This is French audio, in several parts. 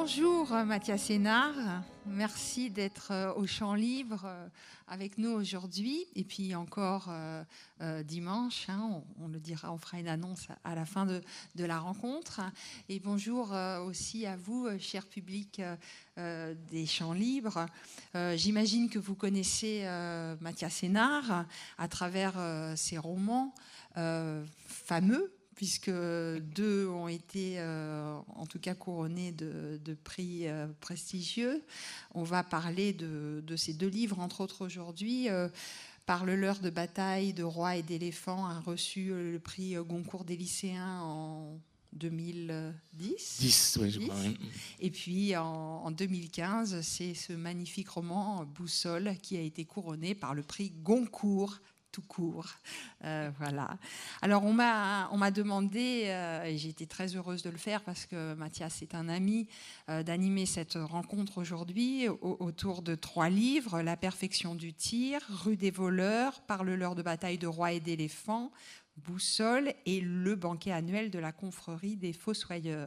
Bonjour Mathias Sénard, merci d'être au Champ Libre avec nous aujourd'hui et puis encore dimanche, on le dira, on fera une annonce à la fin de la rencontre. Et bonjour aussi à vous, cher public des Champs Libres. J'imagine que vous connaissez Mathias Sénard à travers ses romans fameux, puisque 2 ont été en tout cas couronnés de prix prestigieux. On va parler de ces 2 livres, entre autres aujourd'hui. Parle-leur de bataille, de roi et d'éléphant a reçu le prix Goncourt des lycéens en 2010. 10, oui, je crois. Oui. Et puis en 2015, c'est ce magnifique roman Boussole qui a été couronné par le prix Goncourt tout court. Voilà. Alors, on m'a demandé, et j'ai été très heureuse de le faire parce que Mathias est un ami, d'animer cette rencontre aujourd'hui autour de 3 livres, La perfection du tir, Rue des voleurs, Parle-leur de bataille de roi et d'éléphant, Boussole et Le banquet annuel de la confrérie des fossoyeurs.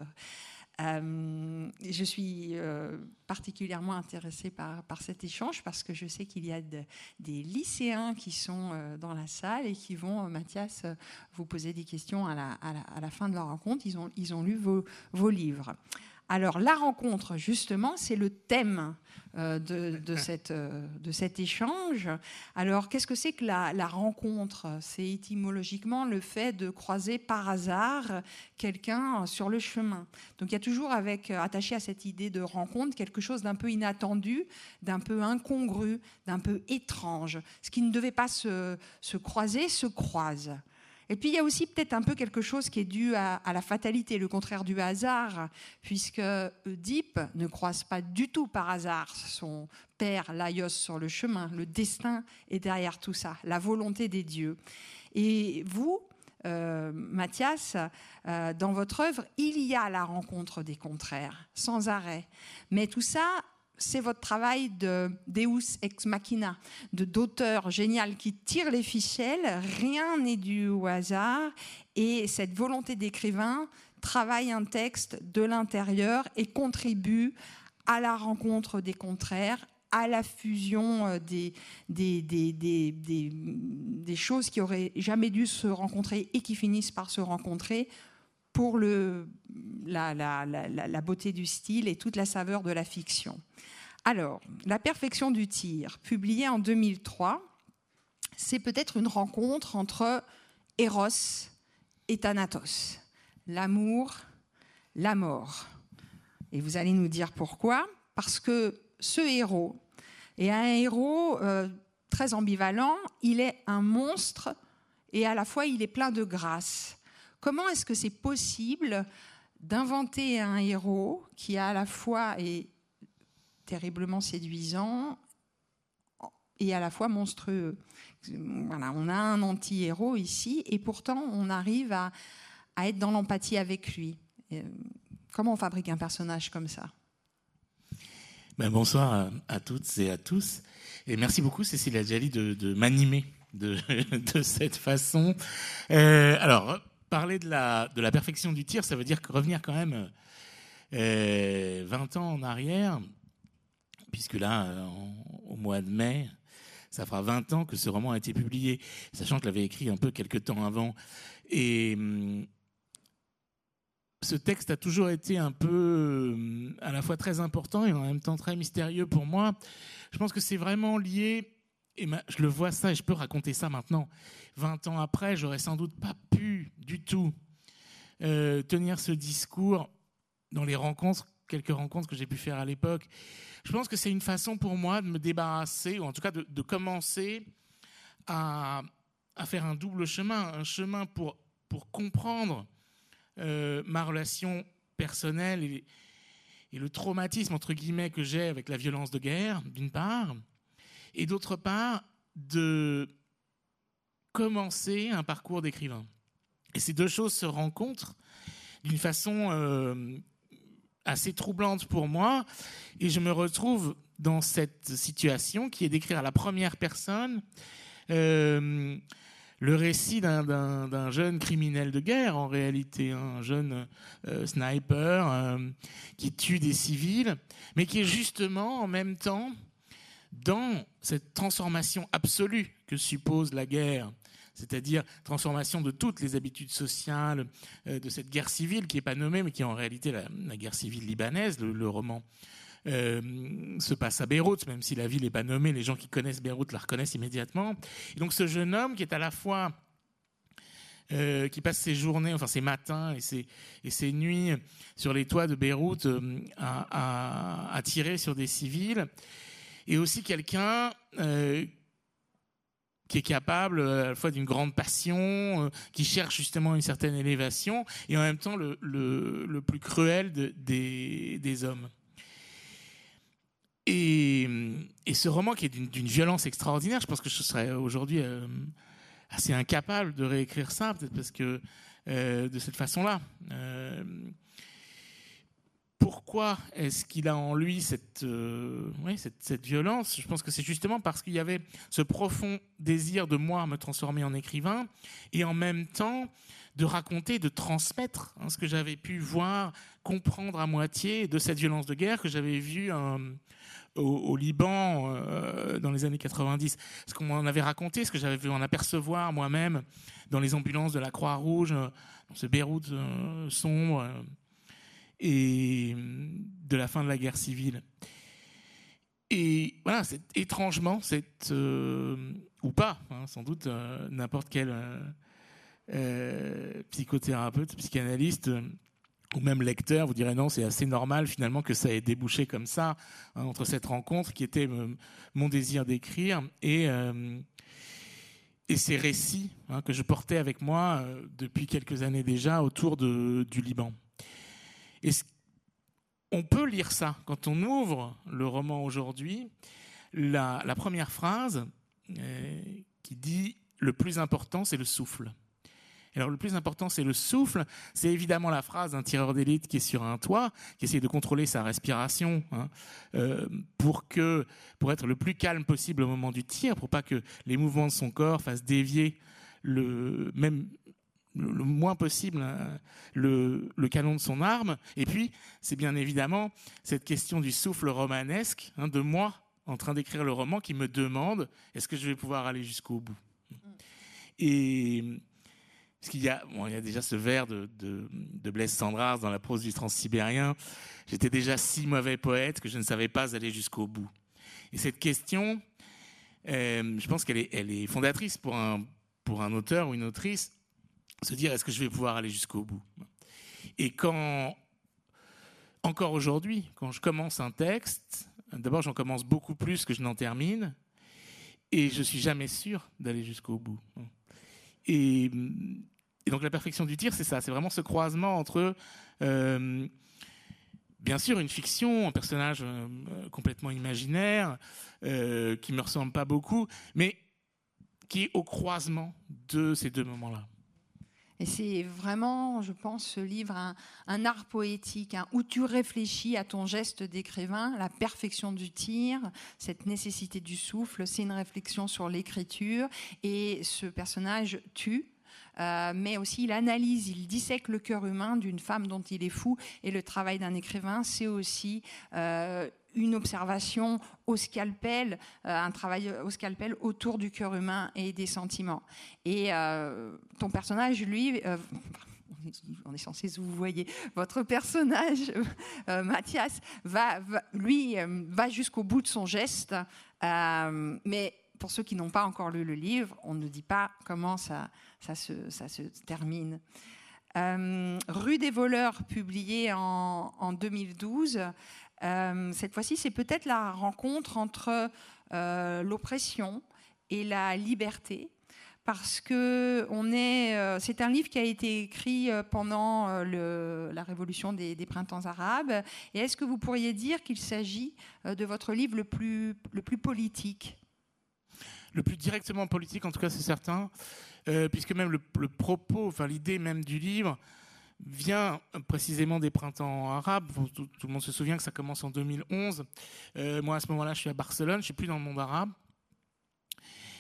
Je suis particulièrement intéressée par cet échange parce que je sais qu'il y a des lycéens qui sont dans la salle et qui vont, Mathias, vous poser des questions à la fin de leur rencontre. Ils ont lu vos livres. Alors, la rencontre, justement, c'est le thème de cet échange. Alors, qu'est-ce que c'est que la rencontre ? C'est étymologiquement le fait de croiser par hasard quelqu'un sur le chemin. Donc, il y a toujours attaché à cette idée de rencontre quelque chose d'un peu inattendu, d'un peu incongru, d'un peu étrange. Ce qui ne devait pas se croiser se croise. Et puis, il y a aussi peut-être un peu quelque chose qui est dû à la fatalité, le contraire du hasard, puisque Oedipe ne croise pas du tout par hasard son père Laios sur le chemin. Le destin est derrière tout ça, la volonté des dieux. Et vous, Mathias, dans votre œuvre, il y a la rencontre des contraires, sans arrêt. Mais tout ça, c'est votre travail de Deus ex machina, d'auteur génial qui tire les ficelles. Rien n'est dû au hasard. Et cette volonté d'écrivain travaille un texte de l'intérieur et contribue à la rencontre des contraires, à la fusion des choses qui auraient jamais dû se rencontrer et qui finissent par se rencontrer pour la beauté du style et toute la saveur de la fiction. Alors, La perfection du tir, publié en 2003, c'est peut-être une rencontre entre Eros et Thanatos, l'amour, la mort. Et vous allez nous dire pourquoi. Parce que ce héros est un héros très ambivalent, il est un monstre et à la fois il est plein de grâce. Comment est-ce que c'est possible d'inventer un héros qui à la fois est terriblement séduisant et à la fois monstrueux? Voilà, on a un anti-héros ici et pourtant on arrive à être dans l'empathie avec lui. Comment on fabrique un personnage comme ça ? Bonsoir à toutes et à tous. Et merci beaucoup, Cécile Adjali, de m'animer de cette façon. Alors, parler de la perfection du tir, ça veut dire revenir quand même 20 ans en arrière, puisque là, au mois de mai, ça fera 20 ans que ce roman a été publié, sachant que je l'avais écrit un peu quelques temps avant. Et ce texte a toujours été un peu à la fois très important et en même temps très mystérieux pour moi. Je pense que c'est vraiment lié, et je le vois ça et je peux raconter ça maintenant. 20 ans après, j'aurais sans doute pas pu du tout tenir ce discours dans les rencontres, quelques rencontres que j'ai pu faire à l'époque. Je pense que c'est une façon pour moi de me débarrasser, ou en tout cas de commencer à faire un double chemin, un chemin pour comprendre ma relation personnelle et le traumatisme, entre guillemets, que j'ai avec la violence de guerre, d'une part, et d'autre part, de commencer un parcours d'écrivain. Et ces 2 choses se rencontrent d'une façon assez troublante pour moi, et je me retrouve dans cette situation qui est d'écrire à la première personne le récit d'un jeune criminel de guerre, en réalité, un jeune sniper qui tue des civils, mais qui est justement en même temps dans cette transformation absolue que suppose la guerre, c'est-à-dire transformation de toutes les habitudes sociales de cette guerre civile qui n'est pas nommée, mais qui est en réalité la guerre civile libanaise. Le roman se passe à Beyrouth, même si la ville n'est pas nommée, les gens qui connaissent Beyrouth la reconnaissent immédiatement. Et donc ce jeune homme qui est à la fois qui passe ses journées, enfin ses matins et ses nuits sur les toits de Beyrouth à tirer sur des civils, et aussi quelqu'un qui est capable à la fois d'une grande passion, qui cherche justement une certaine élévation, et en même temps le plus cruel des hommes. Et ce roman qui est d'une violence extraordinaire, je pense que je serais aujourd'hui assez incapable de réécrire ça, peut-être parce que de cette façon-là. Pourquoi est-ce qu'il a en lui cette violence ? Je pense que c'est justement parce qu'il y avait ce profond désir de moi me transformer en écrivain, et en même temps de raconter, de transmettre ce que j'avais pu voir, comprendre à moitié de cette violence de guerre que j'avais vue au Liban dans les années 90. Ce qu'on m'en avait raconté, ce que j'avais vu en apercevoir moi-même dans les ambulances de la Croix-Rouge, dans ce Beyrouth sombre, et de la fin de la guerre civile. Et voilà, étrangement, ou pas, sans doute, n'importe quel psychothérapeute, psychanalyste, ou même lecteur vous dirait non, c'est assez normal finalement que ça ait débouché comme ça, entre cette rencontre qui était mon désir d'écrire et ces récits que je portais avec moi depuis quelques années déjà autour du Liban. Et on peut lire ça quand on ouvre le roman aujourd'hui, la première phrase qui dit « le plus important, c'est le souffle ». Alors le plus important, c'est le souffle. C'est évidemment la phrase d'un tireur d'élite qui est sur un toit, qui essaie de contrôler sa respiration pour être le plus calme possible au moment du tir, pour pas que les mouvements de son corps fassent dévier le moins possible le canon de son arme. Et puis, c'est bien évidemment cette question du souffle romanesque, de moi en train d'écrire le roman, qui me demande est-ce que je vais pouvoir aller jusqu'au bout. Et parce qu'il y a déjà ce vers de Blaise Cendrars dans la prose du Transsibérien. J'étais déjà si mauvais poète que je ne savais pas aller jusqu'au bout. Et cette question, je pense qu'elle est fondatrice pour un auteur ou une autrice, se dire est-ce que je vais pouvoir aller jusqu'au bout. Et encore aujourd'hui, quand je commence un texte, d'abord j'en commence beaucoup plus que je n'en termine, et je suis jamais sûr d'aller jusqu'au bout. Et donc la perfection du tir, c'est ça, c'est vraiment ce croisement entre, bien sûr, une fiction, un personnage complètement imaginaire, qui me ressemble pas beaucoup, mais qui est au croisement de ces deux moments-là. Et c'est vraiment, je pense, ce livre, un art poétique, où tu réfléchis à ton geste d'écrivain, la perfection du tir, cette nécessité du souffle, c'est une réflexion sur l'écriture, et ce personnage tue. Mais aussi il analyse, il dissèque le cœur humain d'une femme dont il est fou, et le travail d'un écrivain, c'est aussi une observation au scalpel, un travail au scalpel autour du cœur humain et des sentiments. Et ton personnage, lui, on est censé vous voyez, votre personnage, Mathias, va jusqu'au bout de son geste, mais pour ceux qui n'ont pas encore lu le livre, on ne dit pas comment ça se termine. Rue des voleurs, publié en 2012. Cette fois-ci, c'est peut-être la rencontre entre l'oppression et la liberté, parce que c'est un livre qui a été écrit pendant la révolution des printemps arabes. Et est-ce que vous pourriez dire qu'il s'agit de votre livre le plus politique ? Le plus directement politique, en tout cas, c'est certain, puisque même le propos, enfin l'idée même du livre vient précisément des printemps arabes. Tout le monde se souvient que ça commence en 2011. Moi, à ce moment-là, je suis à Barcelone, je suis plus dans le monde arabe.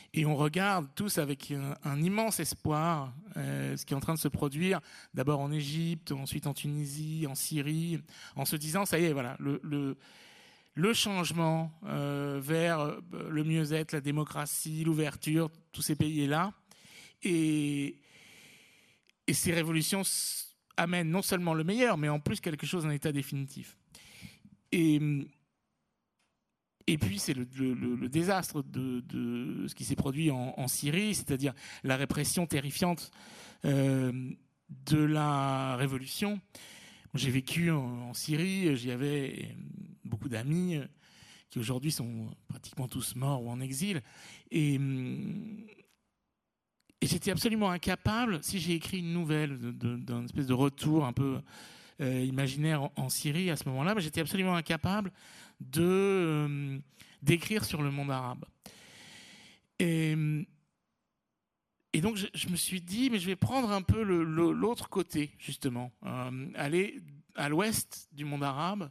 Et on regarde tous avec un immense espoir ce qui est en train de se produire, d'abord en Égypte, ensuite en Tunisie, en Syrie, en se disant, ça y est, voilà, le changement vers le mieux-être, la démocratie, l'ouverture, tous ces pays est là. Et ces révolutions amènent non seulement le meilleur, mais en plus quelque chose en état définitif. Et puis, c'est le désastre de ce qui s'est produit en Syrie, c'est-à-dire la répression terrifiante de la révolution. J'ai vécu en Syrie, j'y avais beaucoup d'amis qui aujourd'hui sont pratiquement tous morts ou en exil. Et j'étais absolument incapable, si j'ai écrit une nouvelle d'un espèce de retour un peu imaginaire en Syrie à ce moment-là, mais j'étais absolument incapable d'écrire sur le monde arabe. Et donc je me suis dit, mais je vais prendre un peu l'autre côté, justement, aller à l'ouest du monde arabe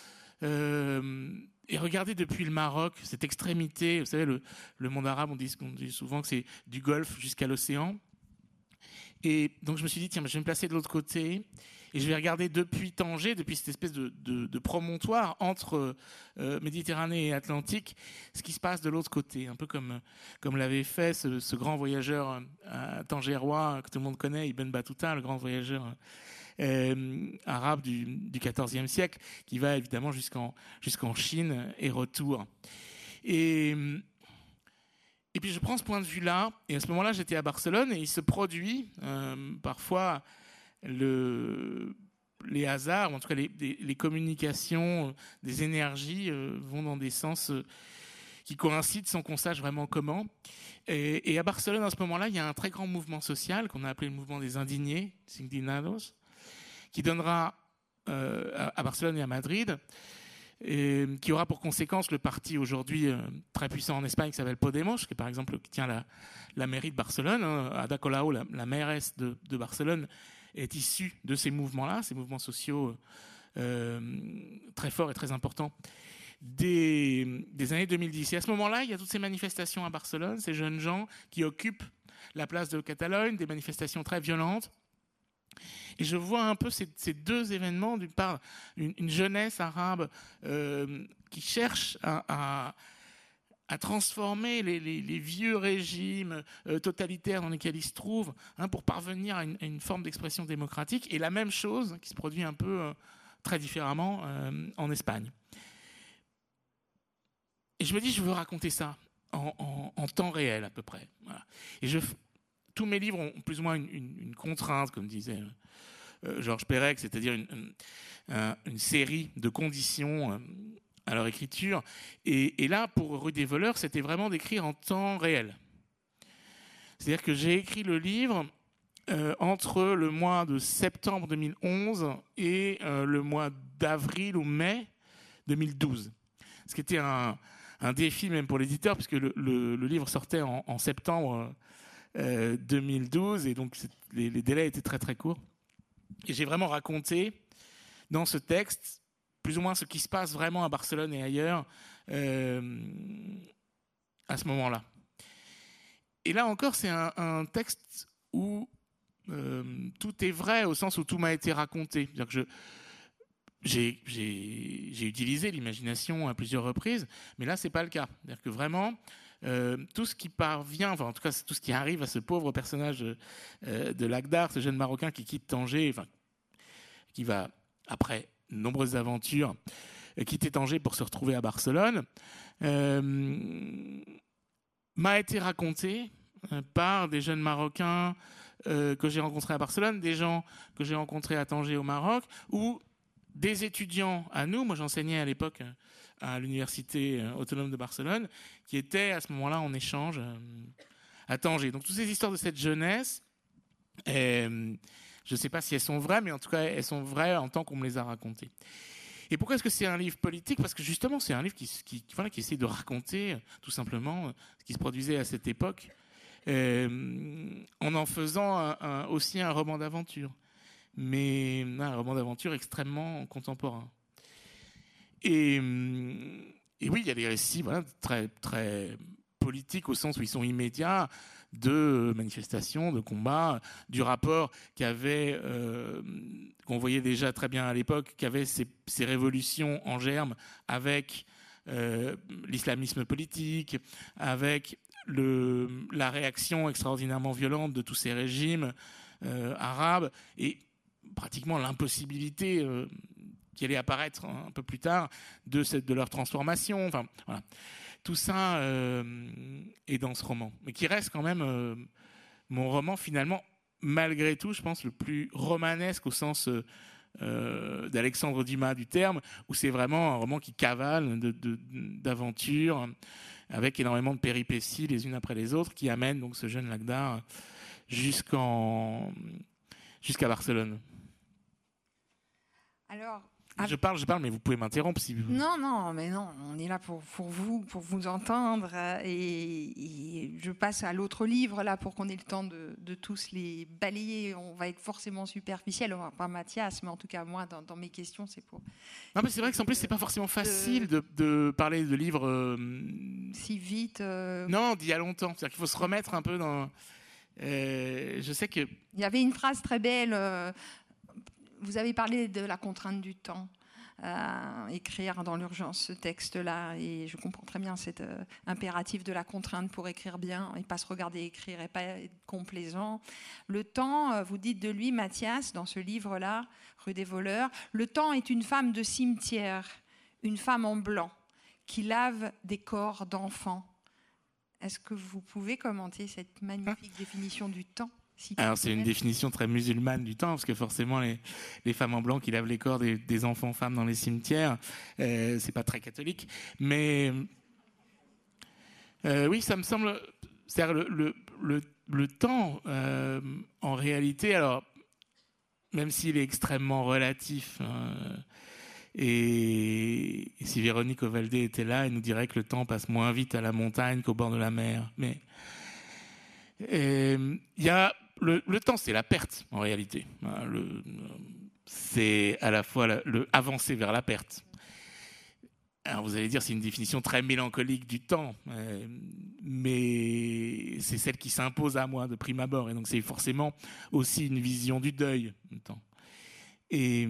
et regarder depuis le Maroc, cette extrémité. Vous savez, le monde arabe, on dit souvent que c'est du Golfe jusqu'à l'océan. Et donc je me suis dit, tiens, je vais me placer de l'autre côté et je vais regarder depuis Tanger, depuis cette espèce de promontoire entre Méditerranée et Atlantique, ce qui se passe de l'autre côté, un peu comme l'avait fait ce grand voyageur tangérois que tout le monde connaît, Ibn Battuta, le grand voyageur arabe du XIVe siècle, qui va évidemment jusqu'en Chine et retour. Et puis je prends ce point de vue-là, et à ce moment-là, j'étais à Barcelone, et il se produit parfois les hasards, ou en tout cas les communications, des énergies vont dans des sens qui coïncident sans qu'on sache vraiment comment. Et à Barcelone, à ce moment-là, il y a un très grand mouvement social qu'on a appelé le mouvement des indignés, Indignados, qui donnera à Barcelone et à Madrid, qui aura pour conséquence le parti aujourd'hui très puissant en Espagne qui s'appelle Podemos, qui par exemple qui tient la mairie de Barcelone. Ada Colau, la mairesse de Barcelone, est issue de ces mouvements-là, ces mouvements sociaux très forts et très importants des années 2010. Et à ce moment-là, il y a toutes ces manifestations à Barcelone, ces jeunes gens qui occupent la place de Catalogne, des manifestations très violentes. Et je vois un peu ces deux événements, d'une part une jeunesse arabe qui cherche à transformer les vieux régimes totalitaires dans lesquels ils se trouvent, pour parvenir à une forme d'expression démocratique, et la même chose qui se produit un peu très différemment en Espagne. Et je me dis, je veux raconter ça en temps réel à peu près. Voilà. Et tous mes livres ont plus ou moins une contrainte, comme disait Georges Perec, c'est-à-dire une série de conditions à leur écriture. Et là, pour Rue des voleurs, c'était vraiment d'écrire en temps réel. C'est-à-dire que j'ai écrit le livre entre le mois de septembre 2011 et le mois d'avril ou mai 2012. Ce qui était un défi même pour l'éditeur, puisque le livre sortait en septembre 2012, et donc les délais étaient très très courts. Et j'ai vraiment raconté dans ce texte plus ou moins ce qui se passe vraiment à Barcelone et ailleurs à ce moment-là. Et là encore, c'est un texte où tout est vrai, au sens où tout m'a été raconté. C'est-à-dire que j'ai utilisé l'imagination à plusieurs reprises, mais là, c'est pas le cas. C'est-à-dire que vraiment, tout ce qui parvient, enfin en tout cas tout ce qui arrive à ce pauvre personnage de Lakhdar, ce jeune Marocain qui quitte Tanger, qui va, après de nombreuses aventures, quitter Tanger pour se retrouver à Barcelone, m'a été raconté par des jeunes Marocains que j'ai rencontrés à Barcelone, des gens que j'ai rencontrés à Tanger au Maroc, ou des étudiants à nous. Moi, j'enseignais à l'époque à l'Université autonome de Barcelone, qui étaient à ce moment-là en échange à Tanger. Donc, toutes ces histoires de cette jeunesse, je ne sais pas si elles sont vraies, mais en tout cas, elles sont vraies en tant qu'on me les a racontées. Et pourquoi est-ce que c'est un livre politique ? Parce que justement, c'est un livre qui essaie de raconter tout simplement ce qui se produisait à cette époque, en faisant aussi un roman d'aventure. Mais un roman d'aventure extrêmement contemporain. Et oui, il y a des récits très, très politiques au sens où ils sont immédiats, de manifestations, de combats, du rapport qu'on voyait déjà très bien à l'époque, qu'avaient ces révolutions en germe avec l'islamisme politique, avec la réaction extraordinairement violente de tous ces régimes arabes, et pratiquement l'impossibilité qui allait apparaître un peu plus tard de leur transformation. Enfin, voilà. Tout ça est dans ce roman, mais qui reste quand même mon roman finalement, malgré tout, je pense, le plus romanesque au sens d'Alexandre Dumas du terme, où c'est vraiment un roman qui cavale d'aventures, avec énormément de péripéties les unes après les autres, qui amènent donc ce jeune Lakhdar jusqu'à Barcelone. Alors, je parle, mais vous pouvez m'interrompre si vous... Non, mais non, on est là pour vous entendre. Et je passe à l'autre livre, là, pour qu'on ait le temps de tous les balayer. On va être forcément superficiel, pas Mathias, mais en tout cas, moi, dans mes questions, c'est pour... Non, mais c'est vrai que en plus, c'est pas forcément facile de parler de livres... si vite... Non, d'il y a longtemps. C'est-à-dire qu'il faut se remettre un peu dans... je sais que... Il y avait une phrase très belle... Vous avez parlé de la contrainte du temps, écrire dans l'urgence ce texte-là, et je comprends très bien cet impératif de la contrainte pour écrire bien et pas se regarder écrire et pas être complaisant. Le temps, vous dites de lui, Mathias, dans ce livre-là, Rue des voleurs, le temps est une femme de cimetière, une femme en blanc, qui lave des corps d'enfants. Est-ce que vous pouvez commenter cette magnifique définition du temps ? Alors c'est une définition très musulmane du temps, parce que forcément les femmes en blanc qui lavent les corps des enfants femmes dans les cimetières, c'est pas très catholique, mais oui, ça me semble, c'est-à-dire le temps en réalité, alors même s'il est extrêmement relatif, et si Véronique Ovaldé était là, elle nous dirait que le temps passe moins vite à la montagne qu'au bord de la mer, mais il y a le temps, c'est la perte en réalité. C'est à la fois le avancer vers la perte. Alors vous allez dire c'est une définition très mélancolique du temps, mais c'est celle qui s'impose à moi de prime abord, et donc c'est forcément aussi une vision du deuil du temps. Et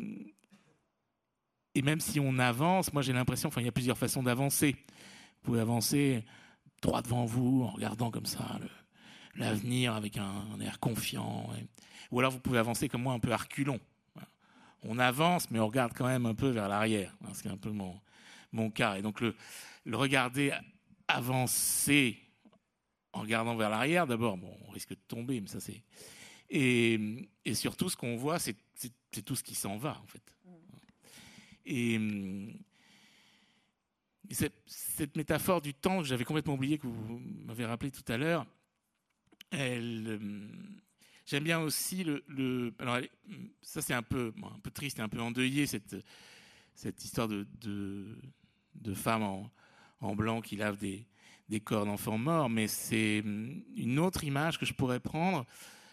même si on avance, moi j'ai l'impression, il y a plusieurs façons d'avancer. Vous pouvez avancer droit devant vous en regardant comme ça l'avenir avec un air confiant. Ou alors vous pouvez avancer comme moi, un peu à reculons. On avance, mais on regarde quand même un peu vers l'arrière. C'est un peu mon cas. Et donc le regarder avancer en regardant vers l'arrière, d'abord, on risque de tomber, mais ça c'est... Et surtout, ce qu'on voit, c'est tout ce qui s'en va, en fait. Et cette métaphore du temps que j'avais complètement oublié, que vous m'avez rappelé tout à l'heure, j'aime bien aussi alors ça c'est un peu triste et un peu endeuillé, cette histoire de femmes en blanc qui lavent des corps d'enfants morts, mais c'est une autre image que je pourrais prendre,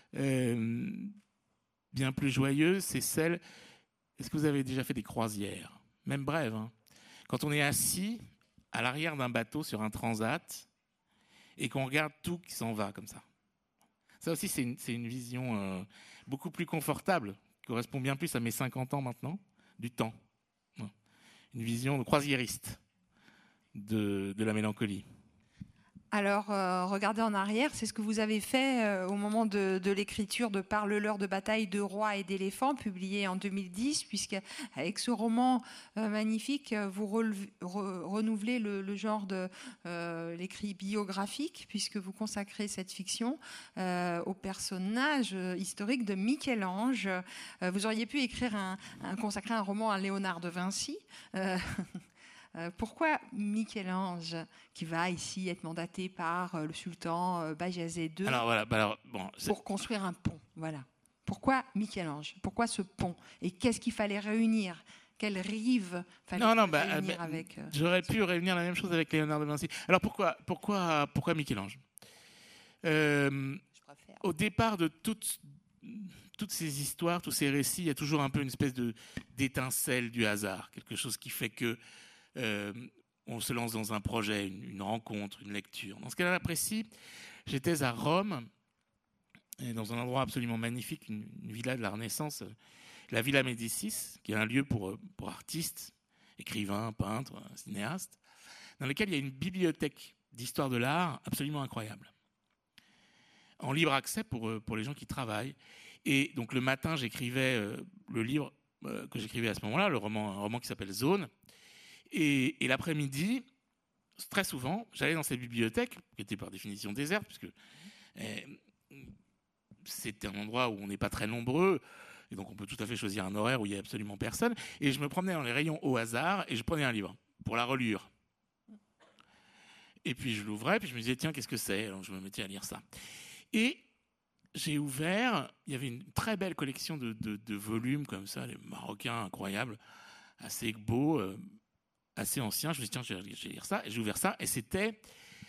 bien plus joyeuse, c'est celle... Est-ce que vous avez déjà fait des croisières, même brèves, hein, quand on est assis à l'arrière d'un bateau sur un transat et qu'on regarde tout qui s'en va comme ça? Ça aussi, c'est une vision beaucoup plus confortable, qui correspond bien plus à mes 50 ans maintenant, du temps. Une vision de croisiériste de la mélancolie. Alors, regardez en arrière, c'est ce que vous avez fait au moment de l'écriture de Parle-leur de bataille de rois et d'éléphants, publié en 2010, puisqu'avec ce roman magnifique, vous renouvelez le genre de l'écrit biographique, puisque vous consacrez cette fiction au personnage historique de Michel-Ange. Vous auriez pu consacrer un roman à Léonard de Vinci. Pourquoi Michel-Ange, qui va ici être mandaté par le sultan Bajazet II, pour construire un pont? Voilà. Pourquoi Michel-Ange? Pourquoi ce pont? Et qu'est-ce qu'il fallait réunir? Quelle rive fallait réunir avec j'aurais pu réunir la même chose avec Léonard de Vinci. Alors pourquoi Michel-Ange? Au départ de toutes ces histoires, tous ces récits, il y a toujours un peu une espèce d'étincelle du hasard, quelque chose qui fait que on se lance dans un projet, une rencontre, une lecture. Dans ce cas-là précis, j'étais à Rome, et dans un endroit absolument magnifique, une villa de la Renaissance, la Villa Médicis, qui est un lieu pour artistes, écrivains, peintres, cinéastes, dans lequel il y a une bibliothèque d'histoire de l'art absolument incroyable, en libre accès pour les gens qui travaillent. Et donc le matin, j'écrivais le livre que j'écrivais à ce moment-là, un roman qui s'appelle Zone. Et l'après-midi, très souvent, j'allais dans cette bibliothèque, qui était par définition déserte, puisque c'était un endroit où on n'est pas très nombreux, et donc on peut tout à fait choisir un horaire où il n'y a absolument personne. Et je me promenais dans les rayons au hasard, et je prenais un livre pour la relire. Et puis je l'ouvrais, puis je me disais, tiens, qu'est-ce que c'est ? Alors je me mettais à lire ça. Et j'ai ouvert, il y avait une très belle collection de volumes comme ça, les marocains incroyables, assez beaux, assez anciens. Je me suis dit, tiens, je vais lire ça. Et j'ai ouvert ça, et c'était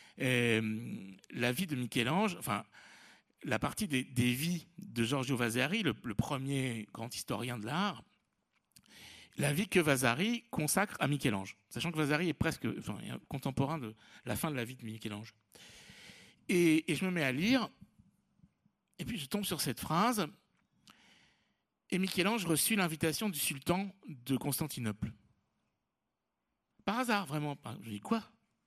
la vie de Michel-Ange, enfin, la partie des vies de Giorgio Vasari, le premier grand historien de l'art, la vie que Vasari consacre à Michel-Ange, sachant que Vasari est presque contemporain de la fin de la vie de Michel-Ange. Et je me mets à lire, et puis je tombe sur cette phrase, et Michel-Ange reçut l'invitation du sultan de Constantinople. Par hasard, vraiment. Je dis, quoi ?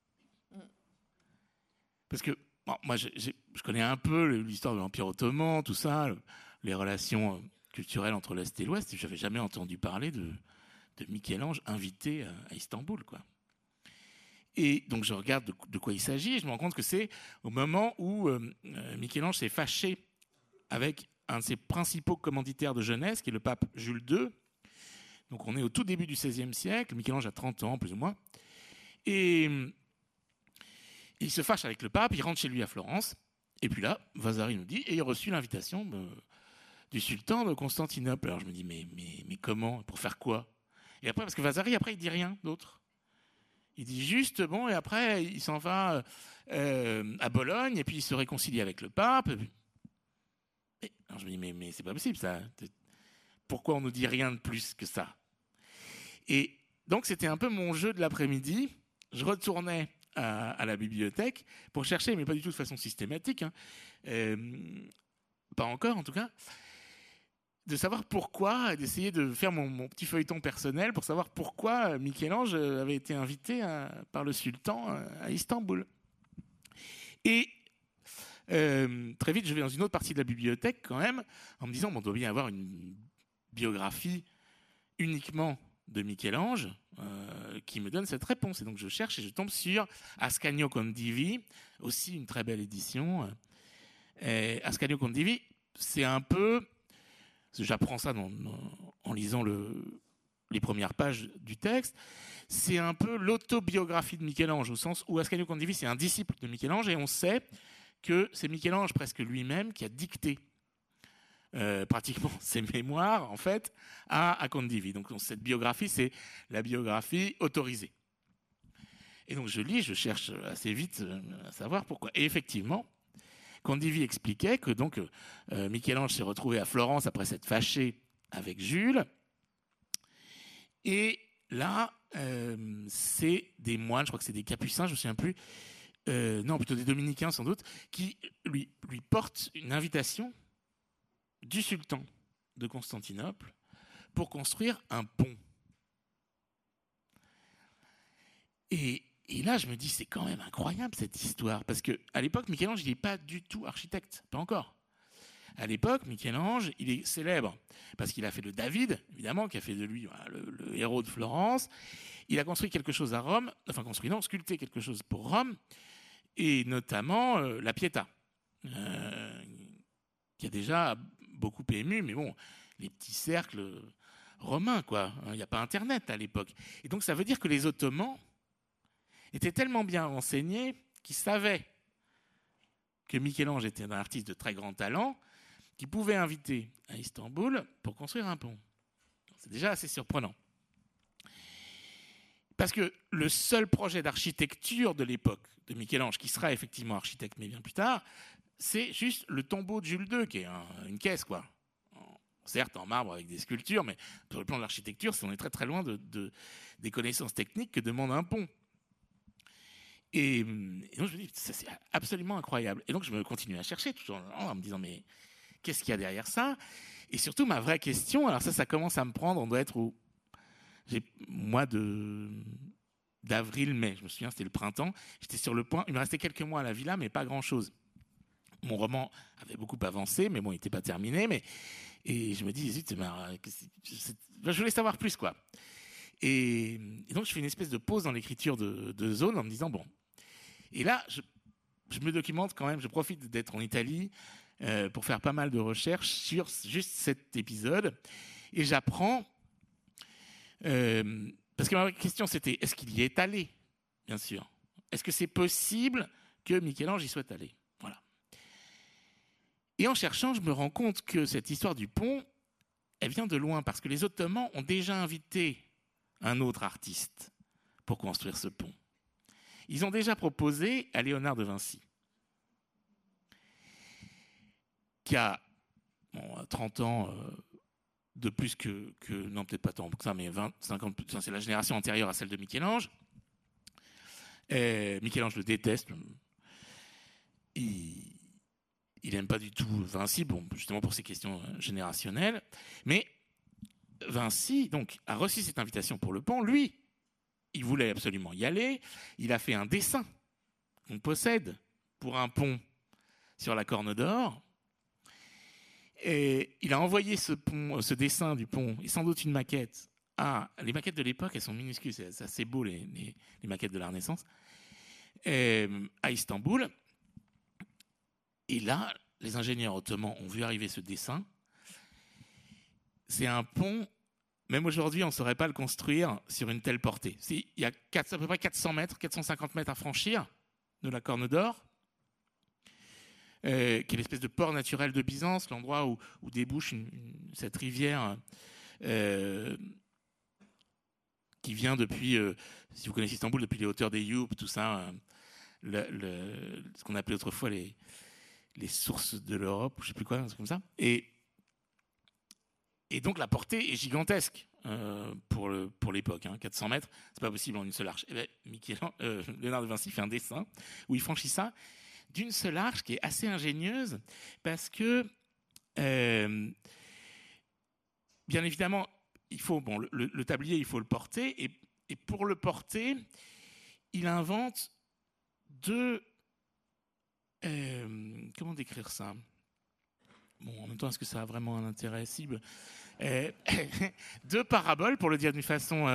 Parce que bon, moi, je connais un peu l'histoire de l'Empire ottoman, tout ça, les relations culturelles entre l'Est et l'Ouest. Je n'avais jamais entendu parler de Michel-Ange invité à Istanbul, quoi. Et donc, je regarde de quoi il s'agit, et je me rends compte que c'est au moment où Michel-Ange s'est fâché avec un de ses principaux commanditaires de jeunesse, qui est le pape Jules II. Donc, on est au tout début du XVIe siècle. Michel-Ange a 30 ans, plus ou moins. Et il se fâche avec le pape, il rentre chez lui à Florence. Et puis là, Vasari nous dit, et il a reçu l'invitation du sultan de Constantinople. Alors, je me dis, mais comment ? Pour faire quoi ? Et après, parce que Vasari, après, il dit rien d'autre. Il dit juste, bon, et après, il s'en va à Bologne, et puis il se réconcilie avec le pape. Et alors je me dis, mais c'est pas possible, ça. Pourquoi on nous dit rien de plus que ça ? Et donc, c'était un peu mon jeu de l'après-midi. Je retournais à la bibliothèque pour chercher, mais pas du tout de façon systématique, hein, pas encore en tout cas, de savoir pourquoi, d'essayer de faire mon petit feuilleton personnel pour savoir pourquoi Michel-Ange avait été invité par le sultan à Istanbul. Et très vite, je vais dans une autre partie de la bibliothèque quand même, en me disant, bon, on doit bien avoir une biographie uniquement de Michel-Ange qui me donne cette réponse. Et donc je cherche et je tombe sur Ascanio Condivi, aussi une très belle édition. Ascanio Condivi, c'est un peu... J'apprends ça en lisant les premières pages du texte. C'est un peu l'autobiographie de Michel-Ange, au sens où Ascanio Condivi, c'est un disciple de Michel-Ange, et on sait que c'est Michel-Ange presque lui-même qui a dicté pratiquement ses mémoires, en fait, à Condivi. Donc cette biographie, c'est la biographie autorisée. Et donc je lis, je cherche assez vite à savoir pourquoi. Et effectivement, Condivi expliquait que donc Michel-Ange s'est retrouvé à Florence après s'être fâché avec Jules. Et là, c'est des moines, je crois que c'est des capucins, je ne me souviens plus, non, plutôt des dominicains sans doute, qui lui portent une invitation du sultan de Constantinople pour construire un pont. Et là, je me dis, c'est quand même incroyable cette histoire, parce qu'à l'époque, Michel-Ange, il n'est pas du tout architecte, pas encore. À l'époque, Michel-Ange, il est célèbre parce qu'il a fait le David, évidemment, qui a fait de lui le héros de Florence. Il a construit quelque chose à Rome, sculpté quelque chose pour Rome, et notamment la Pietà, qui a déjà beaucoup ému, mais bon, les petits cercles romains, quoi. Il n'y a pas Internet à l'époque. Et donc, ça veut dire que les Ottomans étaient tellement bien renseignés qu'ils savaient que Michel-Ange était un artiste de très grand talent, qu'ils pouvaient inviter à Istanbul pour construire un pont. C'est déjà assez surprenant. Parce que le seul projet d'architecture de l'époque de Michel-Ange, qui sera effectivement architecte, mais bien plus tard, c'est juste le tombeau de Jules II, qui est une caisse, quoi. Certes, en marbre avec des sculptures, mais sur le plan de l'architecture, on est très très loin des connaissances techniques que demande un pont. Et donc, je me dis, ça, c'est absolument incroyable. Et donc, je me continue à chercher, toujours en me disant, mais qu'est-ce qu'il y a derrière ça? Et surtout, ma vraie question, alors ça commence à me prendre, on doit être au mois d'avril, mai, je me souviens, c'était le printemps, j'étais sur le point, il me restait quelques mois à la villa, mais pas grand-chose. Mon roman avait beaucoup avancé, mais bon, il n'était pas terminé, et je me dis, zut, je voulais savoir plus, quoi. Et donc, je fais une espèce de pause dans l'écriture de Zone en me disant, bon, et là, je me documente quand même, je profite d'être en Italie pour faire pas mal de recherches sur juste cet épisode. Et j'apprends, parce que ma question c'était, est-ce qu'il y est allé, bien sûr. Est-ce que c'est possible que Michel-Ange y soit allé? Voilà. Et en cherchant, je me rends compte que cette histoire du pont, elle vient de loin, parce que les Ottomans ont déjà invité un autre artiste pour construire ce pont. Ils ont déjà proposé à Léonard de Vinci, qui a 30 ans de plus que non, peut-être pas tant que ça, mais 20, 50, c'est la génération antérieure à celle de Michel-Ange. Michel-Ange le déteste. Il n'aime pas du tout Vinci, bon, justement pour ces questions générationnelles. Mais Vinci donc, a reçu cette invitation pour le pont. Lui, il voulait absolument y aller. Il a fait un dessin qu'on possède pour un pont sur la Corne d'Or. Et il a envoyé ce dessin du pont, et sans doute une maquette. Les maquettes de l'époque, elles sont minuscules, c'est assez beau, les maquettes de la Renaissance, à Istanbul. Et là, les ingénieurs ottomans ont vu arriver ce dessin. C'est un pont, même aujourd'hui, on ne saurait pas le construire sur une telle portée. Il y a à peu près 400 mètres, 450 mètres à franchir de la Corne d'Or, qui est l'espèce de port naturel de Byzance, l'endroit où débouche cette rivière qui vient depuis, si vous connaissez Istanbul, depuis les hauteurs des Youpes, tout ça, ce qu'on appelait autrefois les sources de l'Europe, je ne sais plus quoi, un truc comme ça. Et donc la portée est gigantesque pour l'époque, 400 mètres, c'est pas possible en une seule arche. Et bien, Léonard de Vinci fait un dessin où il franchit ça d'une seule arche qui est assez ingénieuse, parce que, bien évidemment, il faut, le tablier, il faut le porter, et pour le porter, il invente comment décrire ça? Bon, en même temps, est-ce que ça a vraiment un intérêt cible? 2 paraboles, pour le dire d'une façon...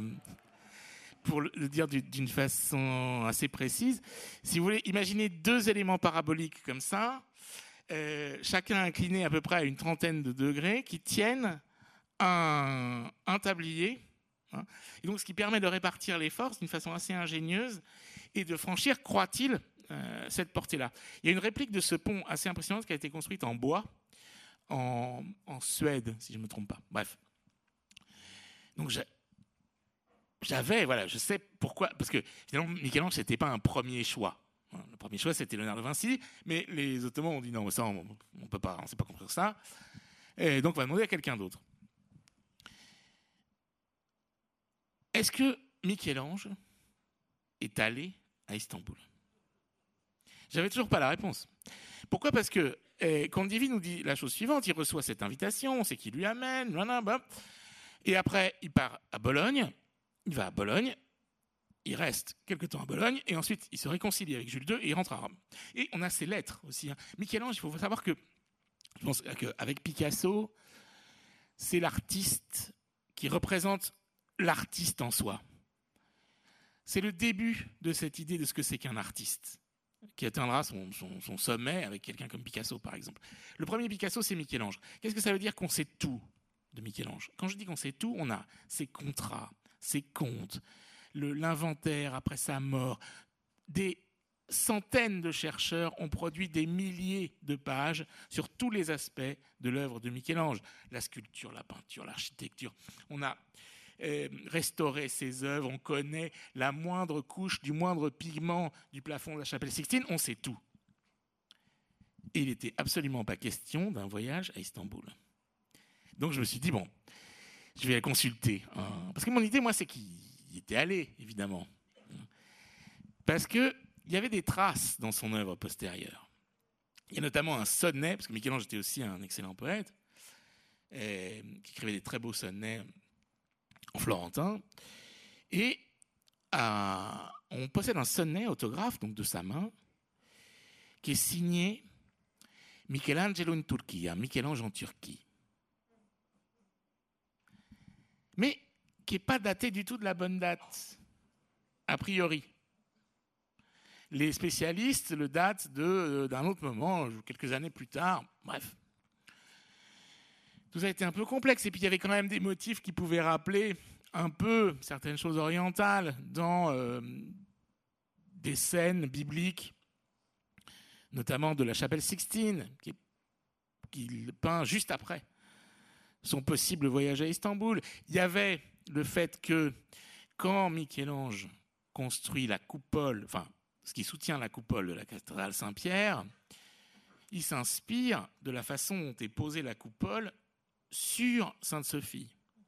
d'une façon assez précise, si vous voulez, imaginez 2 éléments paraboliques comme ça, chacun incliné à peu près à une trentaine de degrés, qui tiennent un tablier, et donc ce qui permet de répartir les forces d'une façon assez ingénieuse et de franchir, croit-il, cette portée-là. Il y a une réplique de ce pont assez impressionnante qui a été construite en bois, en Suède, si je ne me trompe pas. Bref. Donc je sais pourquoi, parce que finalement, Michel-Ange, c'était pas un premier choix. Le premier choix, c'était Léonard de Vinci, mais les Ottomans ont dit non, ça, on peut pas, on sait pas construire ça, et donc on va demander à quelqu'un d'autre. Est-ce que Michel-Ange est allé à Istanbul? J'avais toujours pas la réponse. Pourquoi? Parce que Condivi nous dit la chose suivante, il reçoit cette invitation, on sait qui lui amène, et après, il part à Bologne. Il va à Bologne, il reste quelque temps à Bologne, et ensuite il se réconcilie avec Jules II et il rentre à Rome. Et on a ses lettres aussi. Michel-Ange, il faut savoir que, je pense qu'avec Picasso, c'est l'artiste qui représente l'artiste en soi. C'est le début de cette idée de ce que c'est qu'un artiste, qui atteindra son sommet avec quelqu'un comme Picasso, par exemple. Le premier Picasso, c'est Michel-Ange. Qu'est-ce que ça veut dire qu'on sait tout de Michel-Ange? Quand je dis qu'on sait tout, on a ses contrats, ses comptes, l'inventaire après sa mort. Des centaines de chercheurs ont produit des milliers de pages sur tous les aspects de l'œuvre de Michel-Ange. La sculpture, la peinture, l'architecture. On a restauré ses œuvres, on connaît la moindre couche, du moindre pigment du plafond de la chapelle Sixtine, on sait tout. Et il n'était absolument pas question d'un voyage à Istanbul. Donc je me suis dit, bon, je vais la consulter. Parce que mon idée, moi, c'est qu'il était allé, évidemment. Parce qu'il y avait des traces dans son œuvre postérieure. Il y a notamment un sonnet, parce que Michel-Ange était aussi un excellent poète, qui écrivait des très beaux sonnets en florentin. Et on possède un sonnet autographe, donc de sa main, qui est signé Michelangelo in Turchia, Michel-Ange en Turquie. Mais qui n'est pas daté du tout de la bonne date, a priori. Les spécialistes le datent d'un autre moment, quelques années plus tard. Bref. Tout ça a été un peu complexe. Et puis, il y avait quand même des motifs qui pouvaient rappeler un peu certaines choses orientales dans des scènes bibliques, notamment de la chapelle Sixtine, qu'il peint juste après son possible voyage à Istanbul. Il y avait le fait que quand Michel-Ange construit la coupole, enfin, ce qui soutient la coupole de la cathédrale Saint-Pierre, il s'inspire de la façon dont est posée la coupole sur Sainte-Sophie.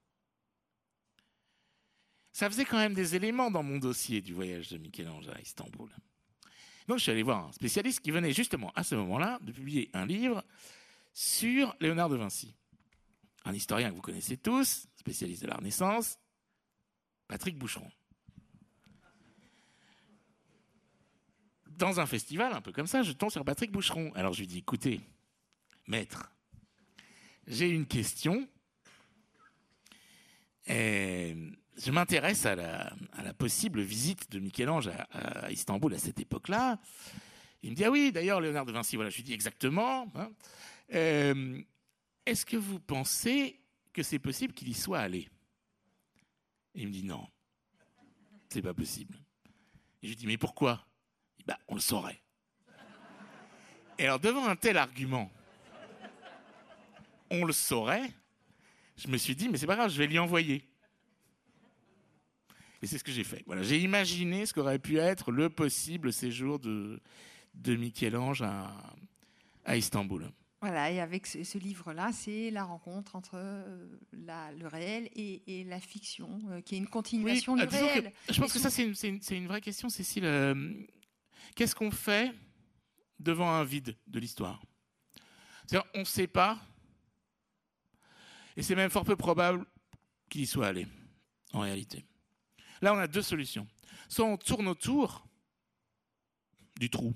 Ça faisait quand même des éléments dans mon dossier du voyage de Michel-Ange à Istanbul. Donc je suis allé voir un spécialiste qui venait justement à ce moment-là de publier un livre sur Léonard de Vinci. Un historien que vous connaissez tous, spécialiste de la Renaissance, Patrick Boucheron. Dans un festival un peu comme ça, je tombe sur Patrick Boucheron. Alors je lui dis, écoutez, maître, j'ai une question. Je m'intéresse à la possible visite de Michel-Ange à Istanbul à cette époque-là. Il me dit, ah oui, d'ailleurs, Léonard de Vinci, voilà, je lui dis exactement. Hein. Est-ce que vous pensez que c'est possible qu'il y soit allé ? Et il me dit, non, c'est pas possible. Et je lui dis, mais pourquoi ? Il dit, bah, on le saurait. Et alors, devant un tel argument, on le saurait, je me suis dit, mais c'est pas grave, je vais l'y envoyer. Et c'est ce que j'ai fait. Voilà, j'ai imaginé ce qu'aurait pu être le possible séjour de Michel-Ange à Istanbul. Voilà, et avec ce livre-là, c'est la rencontre entre le réel et la fiction, qui est une continuation du réel. Je pense que ça, c'est une vraie question, Cécile. Qu'est-ce qu'on fait devant un vide de l'histoire ? C'est-à-dire, on ne sait pas, et c'est même fort peu probable qu'il y soit allé, en réalité. Là, on a deux solutions. Soit on tourne autour du trou,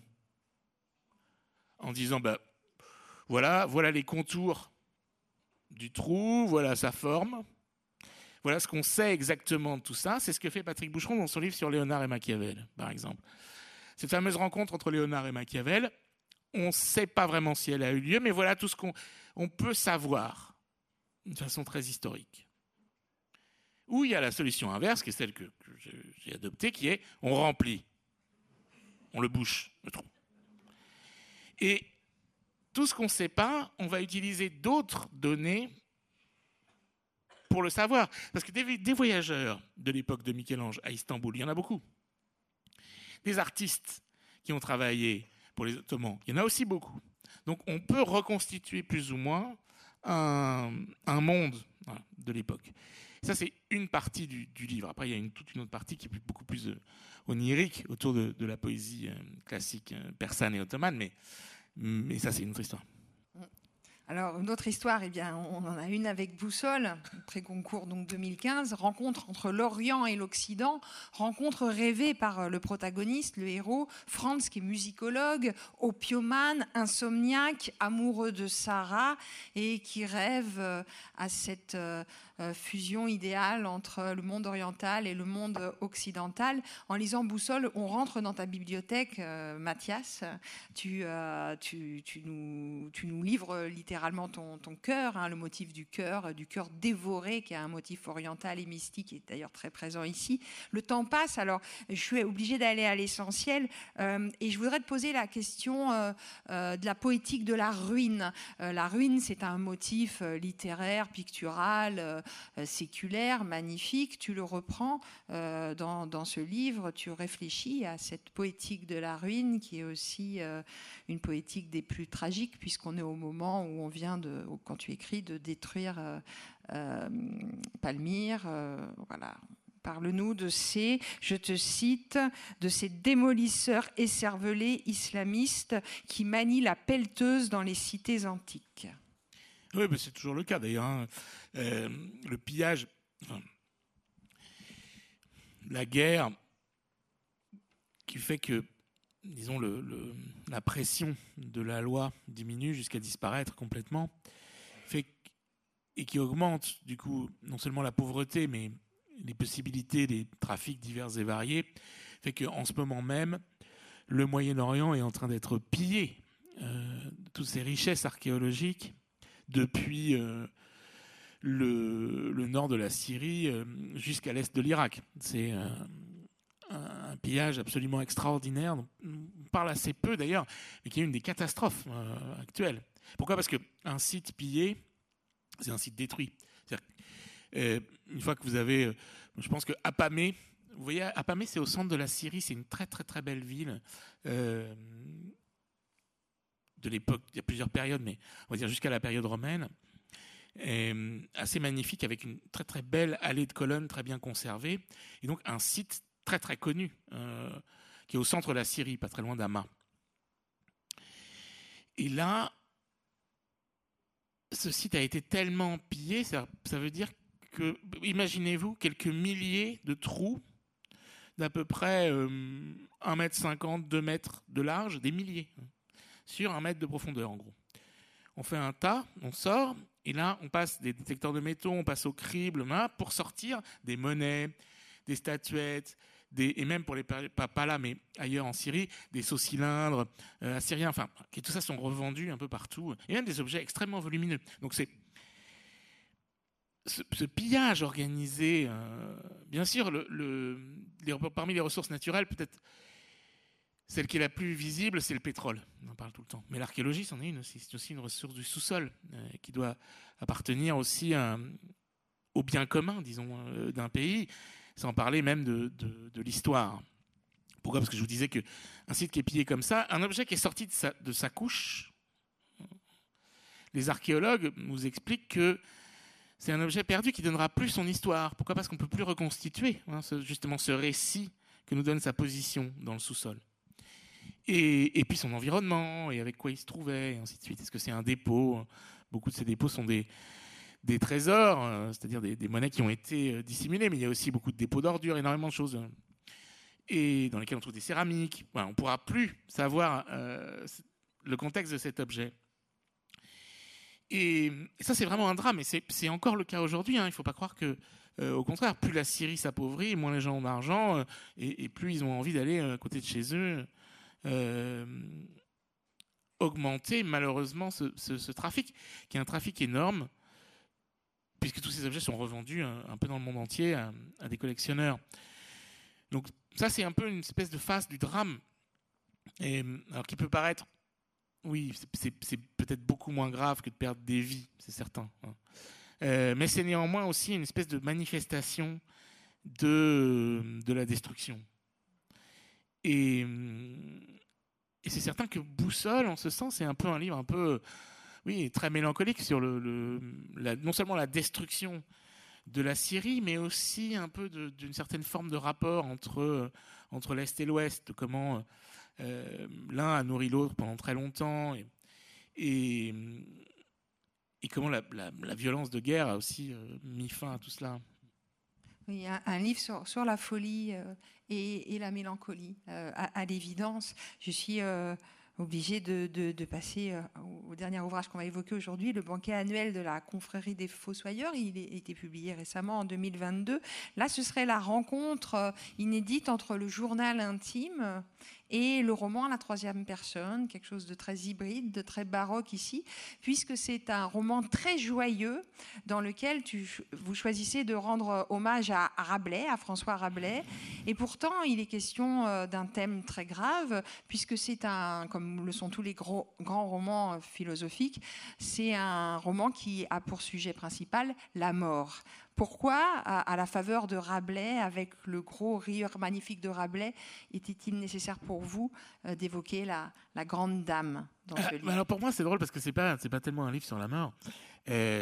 en disant, voilà les contours du trou, voilà sa forme, voilà ce qu'on sait exactement de tout ça. C'est ce que fait Patrick Boucheron dans son livre sur Léonard et Machiavel, par exemple. Cette fameuse rencontre entre Léonard et Machiavel, on ne sait pas vraiment si elle a eu lieu, mais voilà tout ce qu'on peut savoir d'une façon très historique. Ou il y a la solution inverse, qui est celle que j'ai adoptée, qui est on remplit, on le bouche, le trou. Et tout ce qu'on ne sait pas, on va utiliser d'autres données pour le savoir. Parce que des voyageurs de l'époque de Michel-Ange à Istanbul, il y en a beaucoup. Des artistes qui ont travaillé pour les Ottomans, il y en a aussi beaucoup. Donc on peut reconstituer plus ou moins un monde de l'époque. Ça, c'est une partie du livre. Après, il y a toute une autre partie qui est beaucoup plus onirique autour de la poésie classique persane et ottomane, mais ça, c'est une autre histoire. Alors, une autre histoire, eh bien, on en a une avec Boussole, prix Goncourt, donc 2015, rencontre entre l'Orient et l'Occident, rencontre rêvée par le protagoniste, le héros, Franz, qui est musicologue, opiomane, insomniaque, amoureux de Sarah, et qui rêve à cette fusion idéale entre le monde oriental et le monde occidental. En lisant Boussole, on rentre dans ta bibliothèque, Mathias, tu nous livres littéralement ton cœur, hein, le motif du cœur dévoré, qui est un motif oriental et mystique, qui est d'ailleurs très présent ici. Le temps passe, alors je suis obligée d'aller à l'essentiel, et je voudrais te poser la question de la poétique de la ruine. La ruine, c'est un motif littéraire, pictural, séculaire, magnifique. Tu le reprends dans ce livre, tu réfléchis à cette poétique de la ruine, qui est aussi une poétique des plus tragiques, puisqu'on est au moment où on vient, quand tu écris, de détruire Palmyre. Voilà. Parle-nous de ces, je te cite, de ces démolisseurs écervelés islamistes qui manient la pelleteuse dans les cités antiques. Oui, mais c'est toujours le cas d'ailleurs. Hein. Le pillage, la guerre, qui fait que, disons, la pression de la loi diminue jusqu'à disparaître complètement, et qui augmente, du coup, non seulement la pauvreté, mais les possibilités des trafics divers et variés, fait qu'en ce moment même, le Moyen-Orient est en train d'être pillé de toutes ces richesses archéologiques depuis le nord de la Syrie jusqu'à l'est de l'Irak. C'est un pillage absolument extraordinaire, dont on parle assez peu d'ailleurs, mais qui est une des catastrophes actuelles. Pourquoi ? Parce qu'un site pillé, c'est un site détruit. Une fois que vous avez... je pense que Apamé, vous voyez, Apamé, c'est au centre de la Syrie, c'est une très très très belle ville de l'époque, il y a plusieurs périodes, mais on va dire jusqu'à la période romaine, assez magnifique, avec une très très belle allée de colonnes très bien conservée, et donc un site très très connu, qui est au centre de la Syrie, pas très loin d'Hama. Et là, ce site a été tellement pillé, ça veut dire que, imaginez-vous, quelques milliers de trous d'à peu près 1,50 m, 2 mètres de large, des milliers, sur 1 mètre de profondeur en gros. On fait un tas, on sort, et là on passe des détecteurs de métaux, on passe au crible, pour sortir des monnaies, des statuettes, et même pour les pas là, mais ailleurs en Syrie, des sauts cylindres assyriens, enfin, qui tout ça sont revendus un peu partout, et même des objets extrêmement volumineux. Donc c'est ce pillage organisé, bien sûr, parmi les ressources naturelles, peut-être celle qui est la plus visible, c'est le pétrole. On en parle tout le temps. Mais l'archéologie, c'en est une aussi. C'est aussi une ressource du sous-sol qui doit appartenir aussi au bien commun, disons, d'un pays, sans parler même de l'histoire. Pourquoi ? Parce que je vous disais qu'un site qui est pillé comme ça, un objet qui est sorti de sa couche, les archéologues nous expliquent que c'est un objet perdu qui ne donnera plus son histoire. Pourquoi ? Parce qu'on ne peut plus reconstituer justement ce récit que nous donne sa position dans le sous-sol. Et puis son environnement, et avec quoi il se trouvait, et ainsi de suite. Est-ce que c'est un dépôt ? Beaucoup de ces dépôts sont des trésors, c'est-à-dire des monnaies qui ont été dissimulées, mais il y a aussi beaucoup de dépôts d'ordures, énormément de choses, et dans lesquelles on trouve des céramiques. Voilà, on ne pourra plus savoir le contexte de cet objet. Et ça, c'est vraiment un drame, et c'est encore le cas aujourd'hui. Il ne faut pas croire que, au contraire, plus la Syrie s'appauvrit, moins les gens ont d'argent, et plus ils ont envie d'aller à côté de chez eux, augmenter malheureusement ce trafic, qui est un trafic énorme, puisque tous ces objets sont revendus un peu dans le monde entier à des collectionneurs. Donc ça, c'est un peu une espèce de face du drame, alors qui peut paraître... Oui, c'est peut-être beaucoup moins grave que de perdre des vies, c'est certain. Mais c'est néanmoins aussi une espèce de manifestation de la destruction. Et c'est certain que Boussole, en ce sens, c'est un peu un livre un peu, oui, très mélancolique sur non seulement la destruction de la Syrie, mais aussi un peu d'une certaine forme de rapport entre l'Est et l'Ouest, comment l'un a nourri l'autre pendant très longtemps, et comment la violence de guerre a aussi mis fin à tout cela. Oui, un livre sur la folie et la mélancolie. À l'évidence, je suis obligée de passer au dernier ouvrage qu'on va évoquer aujourd'hui, le banquet annuel de la confrérie des Fossoyeurs. Il a été publié récemment en 2022. Là, ce serait la rencontre inédite entre le journal intime et le roman à la troisième personne, quelque chose de très hybride, de très baroque ici, puisque c'est un roman très joyeux dans lequel vous choisissez de rendre hommage à Rabelais, à François Rabelais, et pourtant il est question d'un thème très grave, puisque c'est comme le sont tous les grands romans philosophiques, c'est un roman qui a pour sujet principal la mort. Pourquoi, à la faveur de Rabelais, avec le gros rire magnifique de Rabelais, était-il nécessaire pour vous d'évoquer la grande dame dans ce livre ? Alors pour moi, c'est drôle parce que c'est pas tellement un livre sur la mort.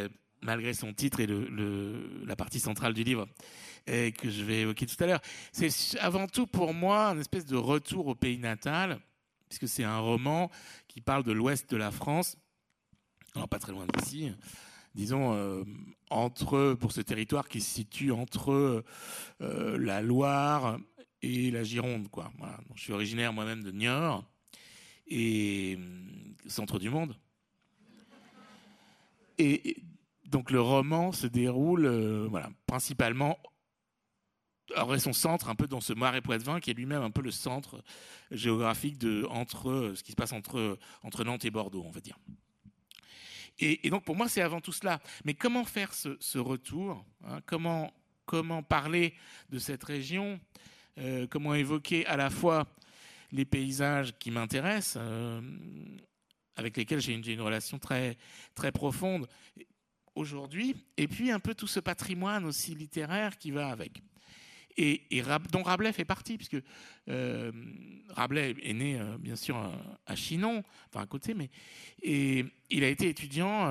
malgré son titre et la partie centrale du livre que je vais évoquer tout à l'heure. C'est avant tout pour moi une espèce de retour au pays natal, puisque c'est un roman qui parle de l'ouest de la France, alors pas très loin d'ici, disons, pour ce territoire qui se situe entre la Loire et la Gironde, quoi. Voilà. Donc, je suis originaire moi-même de Niort, et centre du monde. Et donc le roman se déroule principalement, aurait son centre un peu dans ce Marais Poitevin, qui est lui-même un peu le centre géographique entre ce qui se passe entre Nantes et Bordeaux, on va dire. Et donc pour moi c'est avant tout cela. Mais comment faire ce retour, hein, comment parler de cette région, comment évoquer à la fois les paysages qui m'intéressent, avec lesquels j'ai une relation très, très profonde aujourd'hui, et puis un peu tout ce patrimoine aussi littéraire qui va avec. Dont Rabelais fait partie, puisque Rabelais est né, bien sûr, à Chinon, enfin à côté, et il a été étudiant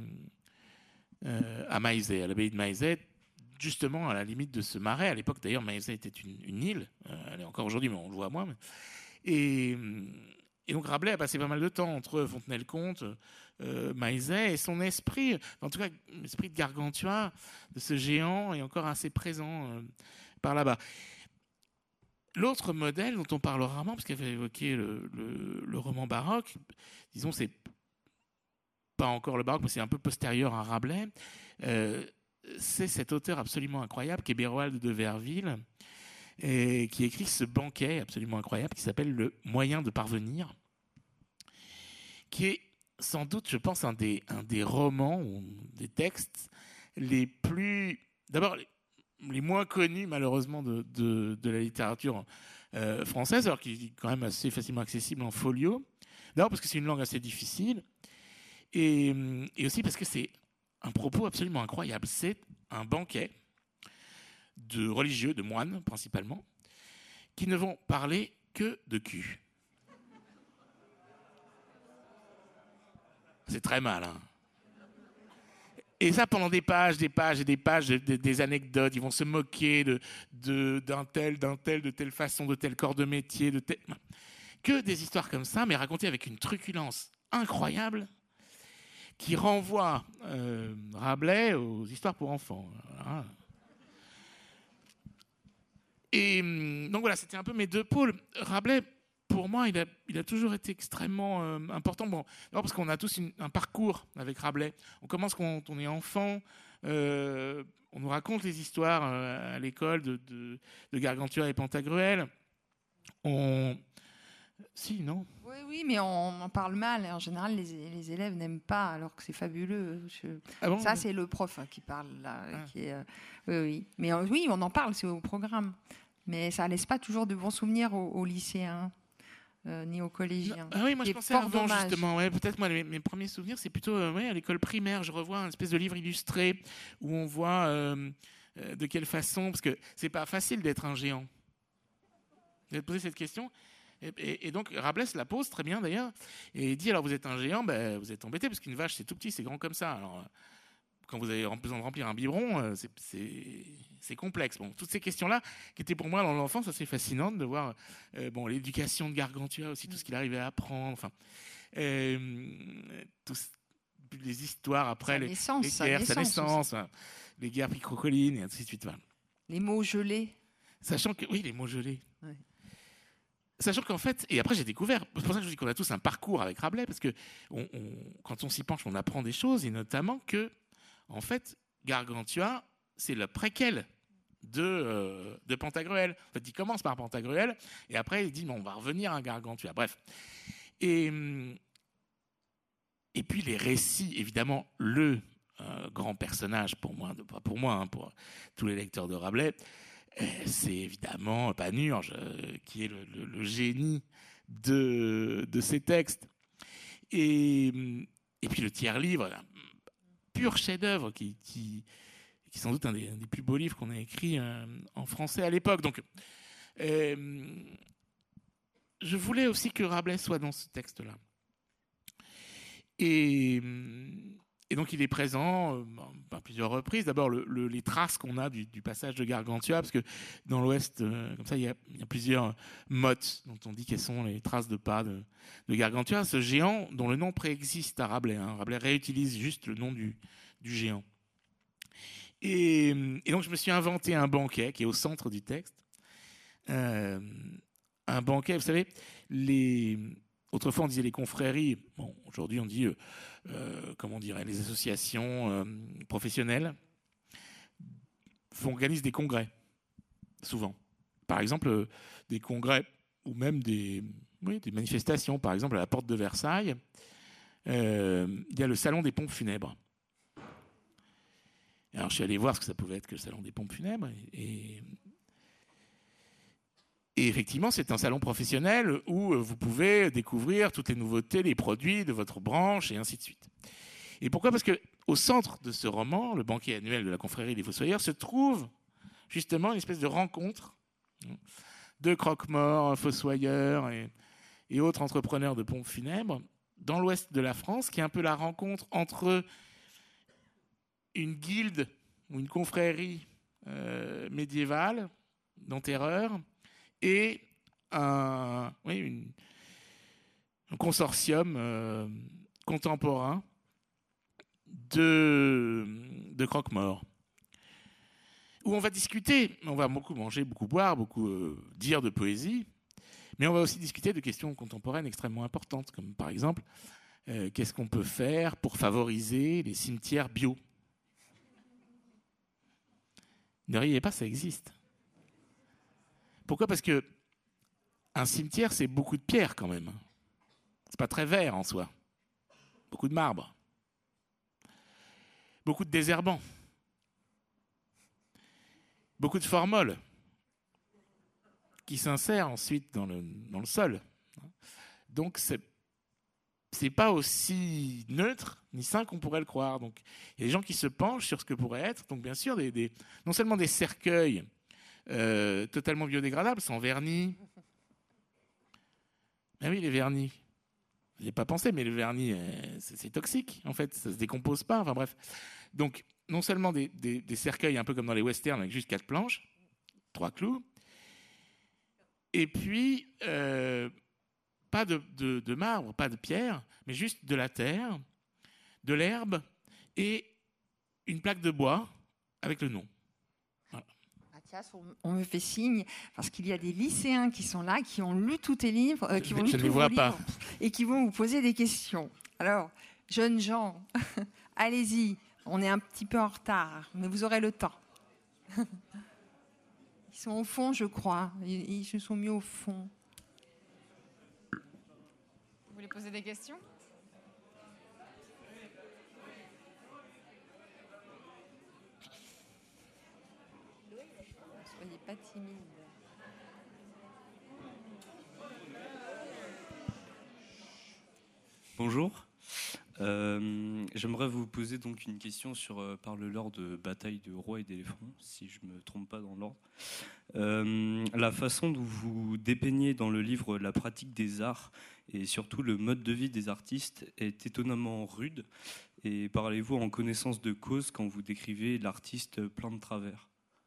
à Maillezais, à l'abbaye de Maillezais, justement à la limite de ce marais. À l'époque, d'ailleurs, Maillezais était une île, elle est encore aujourd'hui, mais on le voit moins. Et donc Rabelais a passé pas mal de temps entre Fontenay-le-Comte, Maillezais, et son esprit, en tout cas l'esprit de Gargantua, de ce géant, est encore assez présent par là-bas. L'autre modèle dont on parle rarement, parce qu'il avait évoqué le roman baroque, disons c'est pas encore le baroque, mais c'est un peu postérieur à Rabelais, c'est cet auteur absolument incroyable qui est Béroald de Verville, et qui écrit ce banquet absolument incroyable qui s'appelle Le Moyen de parvenir, qui est sans doute, je pense, un des romans ou des textes les plus... D'abord, les moins connus, malheureusement, de la littérature française, alors qu'il est quand même assez facilement accessible en folio. D'abord parce que c'est une langue assez difficile, et aussi parce que c'est un propos absolument incroyable. C'est un banquet de religieux, de moines principalement, qui ne vont parler que de cul. C'est très mal, hein. Et ça pendant des pages et des pages, des anecdotes. Ils vont se moquer d'un tel, de telle façon, de tel corps de métier, que des histoires comme ça, mais racontées avec une truculence incroyable, qui renvoie Rabelais aux histoires pour enfants. Voilà. Et donc voilà, c'était un peu mes deux pôles. Rabelais, pour moi, il a toujours été extrêmement important. Bon, d'abord parce qu'on a tous un parcours avec Rabelais. On commence quand on est enfant. On nous raconte les histoires à l'école de Gargantua et Pantagruel. Si, non ? Oui, mais on en parle mal. En général, les élèves n'aiment pas, alors que c'est fabuleux. Ah bon ? Ça, c'est le prof qui parle là. Ah. Oui. Mais oui, on en parle, c'est au programme. Mais ça ne laisse pas toujours de bons souvenirs aux lycéens, ni aux collégiens. Ah oui, moi je pensais avant, justement. Ouais, peut-être moi, mes premiers souvenirs, c'est plutôt à l'école primaire. Je revois un espèce de livre illustré où on voit de quelle façon... Parce que c'est pas facile d'être un géant. Vous avez posé cette question ? Et donc Rabelais se la pose très bien d'ailleurs, et il dit alors vous êtes un géant, vous êtes embêté parce qu'une vache c'est tout petit, c'est grand comme ça. Alors quand vous avez besoin de remplir un biberon, c'est complexe. Bon, toutes ces questions-là qui étaient pour moi dans l'enfance assez fascinantes de voir l'éducation de Gargantua aussi, tout ce qu'il arrivait à apprendre, enfin les histoires après les guerres, sa naissance, les guerres picrocolines et ainsi de suite. Enfin. Les mots gelés. Sachant que oui, les mots gelés. Ouais. Sachant qu'en fait, et après j'ai découvert, c'est pour ça que je dis qu'on a tous un parcours avec Rabelais, parce que quand on s'y penche, on apprend des choses, et notamment que, en fait, Gargantua, c'est le préquel de Pantagruel. En fait, il commence par Pantagruel, et après il dit, on va revenir à Gargantua. Bref. Et puis les récits, évidemment, le grand personnage pour moi, pour tous les lecteurs de Rabelais, c'est évidemment Panurge, qui est le génie de ces textes. Et puis le tiers-livre, un pur chef-d'œuvre, qui est sans doute un des plus beaux livres qu'on a écrits en français à l'époque. Donc, je voulais aussi que Rabelais soit dans ce texte-là. Et Et donc il est présent à plusieurs reprises. D'abord les traces qu'on a du passage de Gargantua, parce que dans l'Ouest, comme ça, il y a plusieurs mottes dont on dit quelles sont les traces de pas de Gargantua, ce géant dont le nom préexiste à Rabelais. Rabelais réutilise juste le nom du géant. Et donc je me suis inventé un banquet qui est au centre du texte. Un banquet, vous savez, autrefois on disait les confréries, bon, aujourd'hui on dit, comment on dirait, les associations professionnelles organisent des congrès, souvent. Par exemple, des congrès ou même des manifestations. Par exemple, à la porte de Versailles, il y a le salon des pompes funèbres. Alors je suis allé voir ce que ça pouvait être que le salon des pompes funèbres et effectivement, c'est un salon professionnel où vous pouvez découvrir toutes les nouveautés, les produits de votre branche et ainsi de suite. Et pourquoi ? Parce qu'au centre de ce roman, le banquet annuel de la confrérie des Fossoyeurs, se trouve justement une espèce de rencontre de croque-morts, fossoyeurs et autres entrepreneurs de pompes funèbres dans l'ouest de la France, qui est un peu la rencontre entre une guilde ou une confrérie médiévale d'enterreurs et un consortium contemporain de croque-morts, où on va discuter, on va beaucoup manger, beaucoup boire, beaucoup dire de poésie, mais on va aussi discuter de questions contemporaines extrêmement importantes, comme par exemple, qu'est-ce qu'on peut faire pour favoriser les cimetières bio ? Ne riez pas, ça existe. Pourquoi ? Parce que un cimetière, c'est beaucoup de pierres quand même. C'est pas très vert en soi. Beaucoup de marbre. Beaucoup de désherbants. Beaucoup de formoles qui s'insèrent ensuite dans le sol. Donc c'est pas aussi neutre ni sain qu'on pourrait le croire. Donc il y a des gens qui se penchent sur ce que pourrait être. Donc bien sûr, non seulement des cercueils totalement biodégradables, sans vernis. Ben oui, les vernis. Je n'y ai pas pensé, mais le vernis, c'est toxique, en fait. Ça ne se décompose pas. Enfin bref. Donc, non seulement des cercueils un peu comme dans les westerns, avec juste 4 planches, 3 clous, et puis, pas de marbre, pas de pierre, mais juste de la terre, de l'herbe et une plaque de bois avec le nom. On me fait signe, parce qu'il y a des lycéens qui sont là, qui ont lu tous tes livres, qui vont je ne les vois pas, et qui vont vous poser des questions. Alors, jeunes gens, allez-y, on est un petit peu en retard, mais vous aurez le temps. Ils sont au fond, je crois. Ils se sont mis au fond. Vous voulez poser des questions ? Soyez pas timide. Bonjour. J'aimerais vous poser donc une question sur parle-leur de bataille de rois et d'éléphants, si je ne me trompe pas dans l'ordre. La façon dont vous dépeignez dans le livre la pratique des arts et surtout le mode de vie des artistes est étonnamment rude. Et parlez-vous en connaissance de cause quand vous décrivez l'artiste plein de travers ?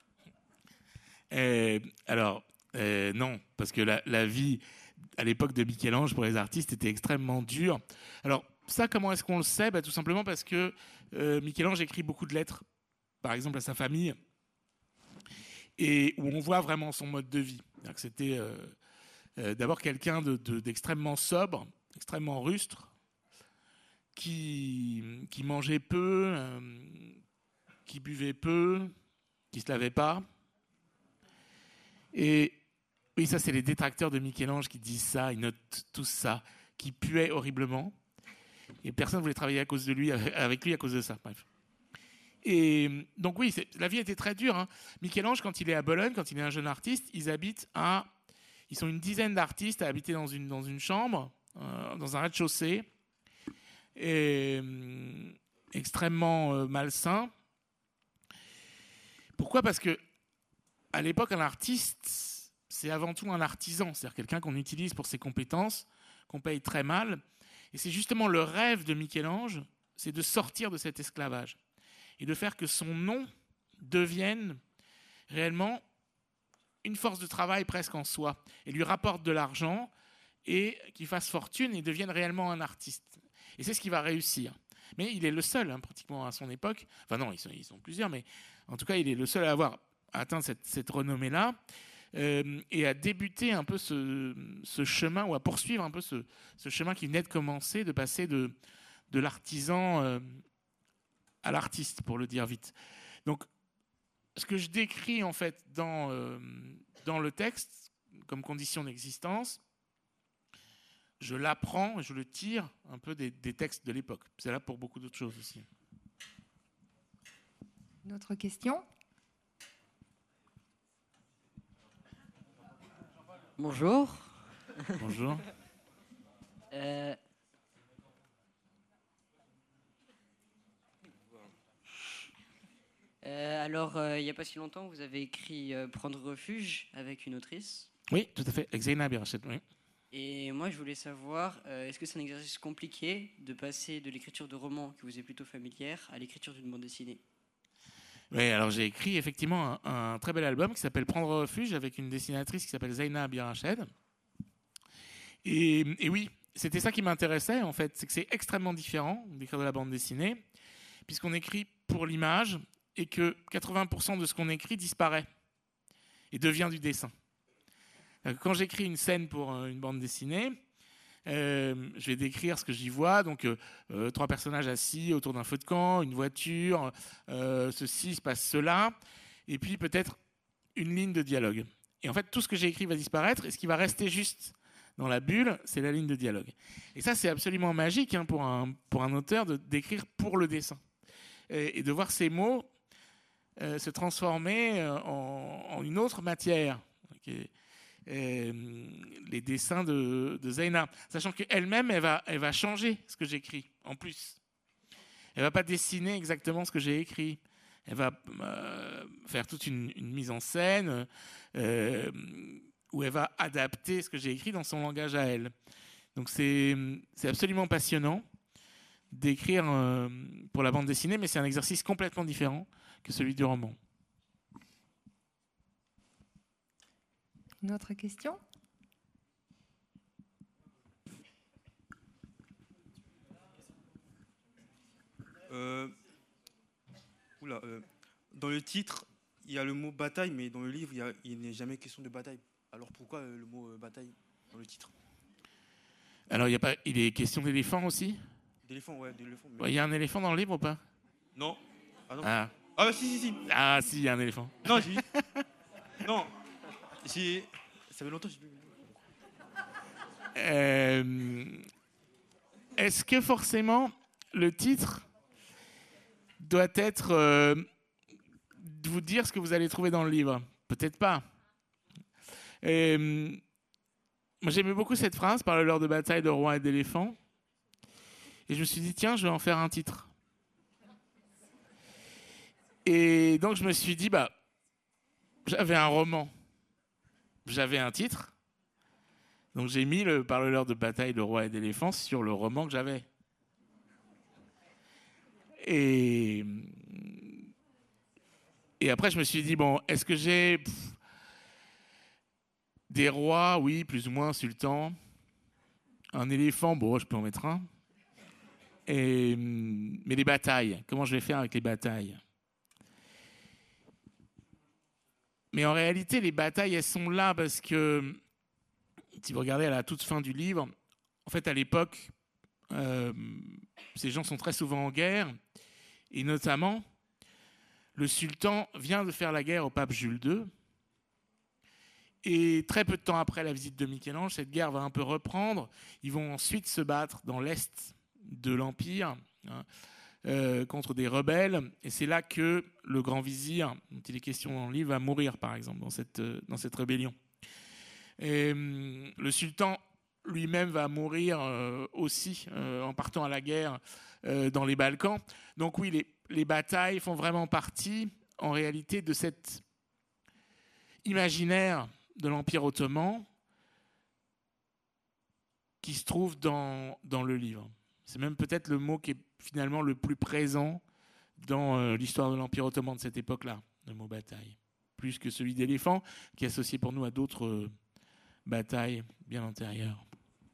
Non, parce que la vie à l'époque de Michel-Ange pour les artistes était extrêmement dure. Alors ça, comment est-ce qu'on le sait ? Tout simplement parce que Michel-Ange écrit beaucoup de lettres, par exemple à sa famille, et où on voit vraiment son mode de vie. C'est-à-dire que c'était d'abord quelqu'un d'extrêmement sobre, extrêmement rustre, qui mangeait peu, qui buvait peu, qui se lavait pas. Et oui, ça, c'est les détracteurs de Michel-Ange qui disent ça, ils notent tout ça, qui puait horriblement. Et personne ne voulait travailler avec lui à cause de ça. Bref. Et donc oui, la vie était très dure. Michel-Ange, quand il est à Bologne, quand il est un jeune artiste, ils sont une dizaine d'artistes à habiter dans une chambre, dans un rez-de-chaussée, extrêmement malsain. Pourquoi ? Parce que à l'époque, un artiste, c'est avant tout un artisan, c'est-à-dire quelqu'un qu'on utilise pour ses compétences, qu'on paye très mal. Et c'est justement le rêve de Michel-Ange c'est de sortir de cet esclavage et de faire que son nom devienne réellement une force de travail presque en soi et lui rapporte de l'argent et qu'il fasse fortune et devienne réellement un artiste. Et c'est ce qui va réussir. Mais il est le seul, pratiquement à son époque. Enfin non, ils sont plusieurs, mais en tout cas, il est le seul à avoir atteint cette renommée-là et à débuter un peu ce chemin, ou à poursuivre un peu ce chemin qui venait de commencer, de passer de l'artisan à l'artiste, pour le dire vite. Donc, ce que je décris en fait dans le texte comme condition d'existence, je l'apprends, je le tire un peu des textes de l'époque. C'est là pour beaucoup d'autres choses aussi. Une autre question ? Bonjour. Bonjour. Alors, il n'y a pas si longtemps, vous avez écrit Prendre refuge avec une autrice. Oui, tout à fait, avec Zaina Birached, oui. Et moi, je voulais savoir, est-ce que c'est un exercice compliqué de passer de l'écriture de romans, qui vous est plutôt familière, à l'écriture d'une bande dessinée ? Oui, alors j'ai écrit effectivement un très bel album qui s'appelle Prendre refuge avec une dessinatrice qui s'appelle Zaina Birached. Et oui, c'était ça qui m'intéressait en fait, c'est que c'est extrêmement différent d'écrire de la bande dessinée, puisqu'on écrit pour l'image et que 80% de ce qu'on écrit disparaît et devient du dessin. Quand j'écris une scène pour une bande dessinée, je vais décrire ce que j'y vois, donc 3 personnages assis autour d'un feu de camp, une voiture, ceci se passe cela, et puis peut-être une ligne de dialogue. Et en fait, tout ce que j'ai écrit va disparaître, et ce qui va rester juste dans la bulle, c'est la ligne de dialogue. Et ça, c'est absolument magique pour un auteur d'écrire pour le dessin, et de voir ces mots se transformer en une autre matière. Les dessins de Zaina, sachant qu'elle-même, elle va changer ce que j'écris, en plus. Elle ne va pas dessiner exactement ce que j'ai écrit. Elle va faire toute une mise en scène où elle va adapter ce que j'ai écrit dans son langage à elle. Donc c'est absolument passionnant d'écrire pour la bande dessinée, mais c'est un exercice complètement différent que celui du roman. Une autre question ? Dans le titre, il y a le mot bataille, mais dans le livre, il n'est jamais question de bataille. Alors pourquoi le mot bataille dans le titre ? Alors il est question d'éléphant aussi ? D'éléphant, ouais, d'éléphant. Il y a un éléphant dans le livre ou pas ? Non. Ah non. Ah si. Ah si, il y a un éléphant. Non, non. Ça fait longtemps que j'ai vu. Est-ce que forcément le titre doit être de vous dire ce que vous allez trouver dans le livre ? Peut-être pas. Moi, j'aimais beaucoup cette phrase, par l'heure de bataille de rois et d'éléphants. Et je me suis dit, tiens, je vais en faire un titre. Et donc, je me suis dit, j'avais un roman. J'avais un titre. Donc, j'ai mis par l'heure de bataille de rois et d'éléphants sur le roman que j'avais. Et après, je me suis dit, est-ce que j'ai des rois, oui, plus ou moins sultans. Un éléphant, je peux en mettre un. Mais les batailles, comment je vais faire avec les batailles ? Mais en réalité, les batailles, elles sont là parce que, si vous regardez à la toute fin du livre, en fait, à l'époque, ces gens sont très souvent en guerre, et notamment, le sultan vient de faire la guerre au pape Jules II, et très peu de temps après la visite de Michel-Ange, cette guerre va un peu reprendre. Ils vont ensuite se battre dans l'est de l'Empire contre des rebelles. Et c'est là que le grand vizir, dont il est question dans le livre, va mourir, par exemple, dans cette rébellion. Et le sultan lui-même va mourir aussi en partant à la guerre dans les Balkans. Donc oui, les batailles font vraiment partie, en réalité, de cet imaginaire de l'Empire ottoman qui se trouve dans le livre. C'est même peut-être le mot qui est finalement le plus présent dans l'histoire de l'Empire ottoman de cette époque-là, le mot bataille, plus que celui d'éléphant, qui est associé pour nous à d'autres batailles bien antérieures.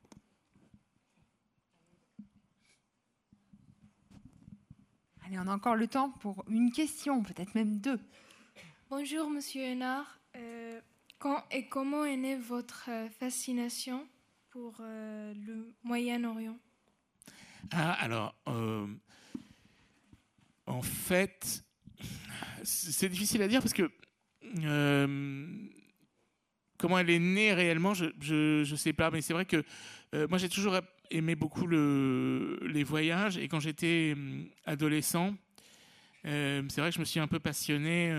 Allez, on a encore le temps pour une question, peut-être même deux. Bonjour, Monsieur Hénard. Quand et comment est née votre fascination pour le Moyen-Orient? Alors, en fait, c'est difficile à dire parce que comment elle est née réellement, je sais pas, mais c'est vrai que moi j'ai toujours aimé beaucoup les voyages, et quand j'étais adolescent, c'est vrai que je me suis un peu passionné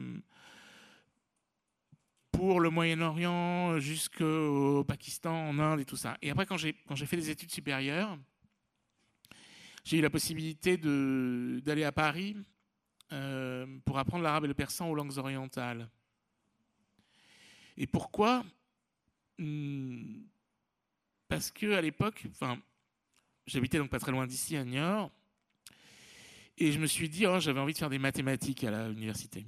pour le Moyen-Orient jusqu'au Pakistan, en Inde et tout ça. Et après, quand j'ai fait des études supérieures, j'ai eu la possibilité d'aller à Paris pour apprendre l'arabe et le persan aux langues orientales. Et pourquoi ? Parce qu'à l'époque, j'habitais donc pas très loin d'ici, à Niort, et je me suis dit, j'avais envie de faire des mathématiques à l'université.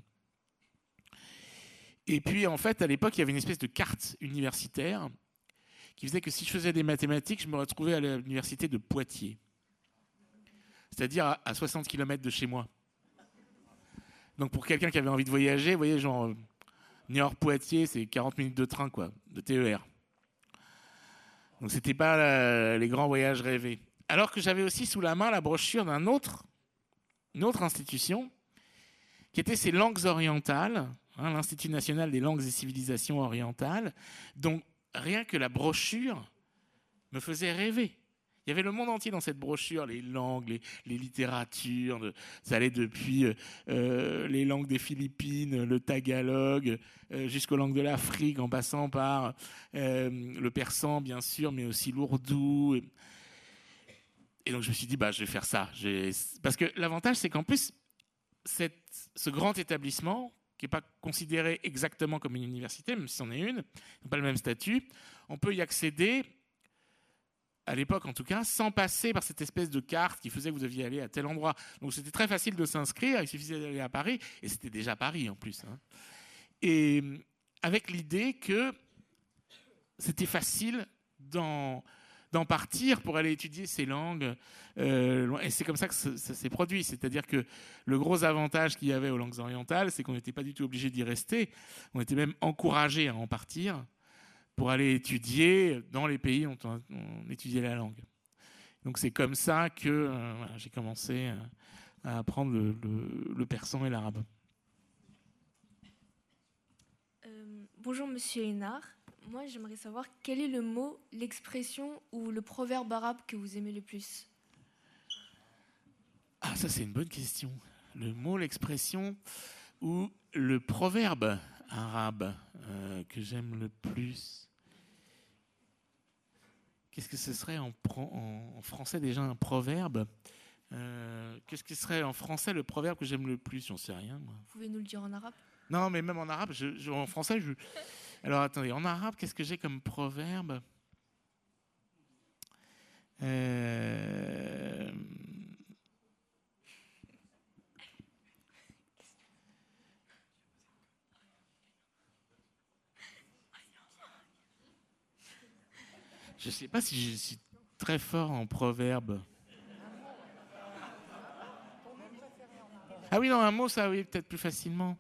Et puis, en fait, à l'époque, il y avait une espèce de carte universitaire qui faisait que si je faisais des mathématiques, je me retrouvais à l'université de Poitiers. C'est-à-dire à 60 km de chez moi. Donc, pour quelqu'un qui avait envie de voyager, vous voyez, genre, Niort-Poitiers, c'est 40 minutes de train, quoi, de TER. Donc, c'était pas les grands voyages rêvés. Alors que j'avais aussi sous la main la brochure d'une autre institution, qui était ces langues orientales, l'Institut national des langues et civilisations orientales. Donc, rien que la brochure me faisait rêver. Il y avait le monde entier dans cette brochure, les langues, les littératures. Ça allait depuis les langues des Philippines, le tagalog, jusqu'aux langues de l'Afrique, en passant par le persan, bien sûr, mais aussi l'ourdou. Et donc, je me suis dit, je vais faire ça. Parce que l'avantage, c'est qu'en plus, ce grand établissement, qui n'est pas considéré exactement comme une université, même si c'en est une, n'a pas le même statut, on peut y accéder, à l'époque en tout cas, sans passer par cette espèce de carte qui faisait que vous deviez aller à tel endroit. Donc c'était très facile de s'inscrire, il suffisait d'aller à Paris, et c'était déjà Paris en plus. Et avec l'idée que c'était facile d'en partir pour aller étudier ces langues. Et c'est comme ça que ça s'est produit. C'est-à-dire que le gros avantage qu'il y avait aux langues orientales, c'est qu'on n'était pas du tout obligé d'y rester. On était même encouragé à en partir pour aller étudier dans les pays où on étudiait la langue. Donc c'est comme ça que j'ai commencé à apprendre le persan et l'arabe. Bonjour Monsieur Hénard. Moi, j'aimerais savoir quel est le mot, l'expression ou le proverbe arabe que vous aimez le plus? Ah, ça c'est une bonne question. Le mot, l'expression ou le proverbe arabe que j'aime le plus. Qu'est-ce que ce serait en français déjà un proverbe? Qu'est-ce que serait en français le proverbe que j'aime le plus? J'en sais rien, moi. Vous pouvez nous le dire en arabe? Non, mais même en arabe, en français, Alors attendez, en arabe, qu'est-ce que j'ai comme proverbe? Je ne sais pas si je suis très fort en proverbe. Ah oui, non, un mot, ça, oui, peut-être plus facilement.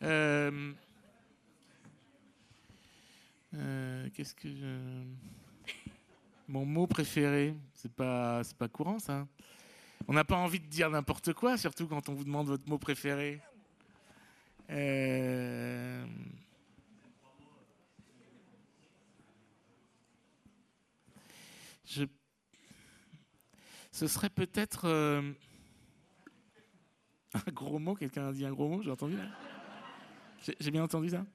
Qu'est-ce que Mon mot préféré, c'est pas courant, ça. On n'a pas envie de dire n'importe quoi, surtout quand on vous demande votre mot préféré. Ce serait peut-être un gros mot. Quelqu'un a dit un gros mot? J'ai entendu là. J'ai bien entendu ça.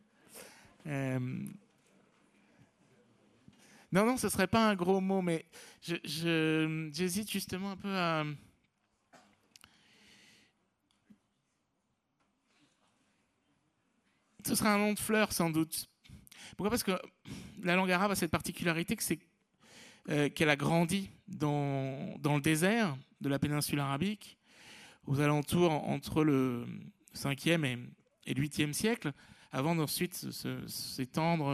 Non, ce serait pas un gros mot, mais j'hésite justement un peu à. Ce serait un nom de fleur, sans doute. Pourquoi? Parce que la langue arabe a cette particularité que c'est qu'elle a grandi dans le désert de la péninsule arabique, aux alentours entre le 5e et le 8e siècle, avant d'ensuite s'étendre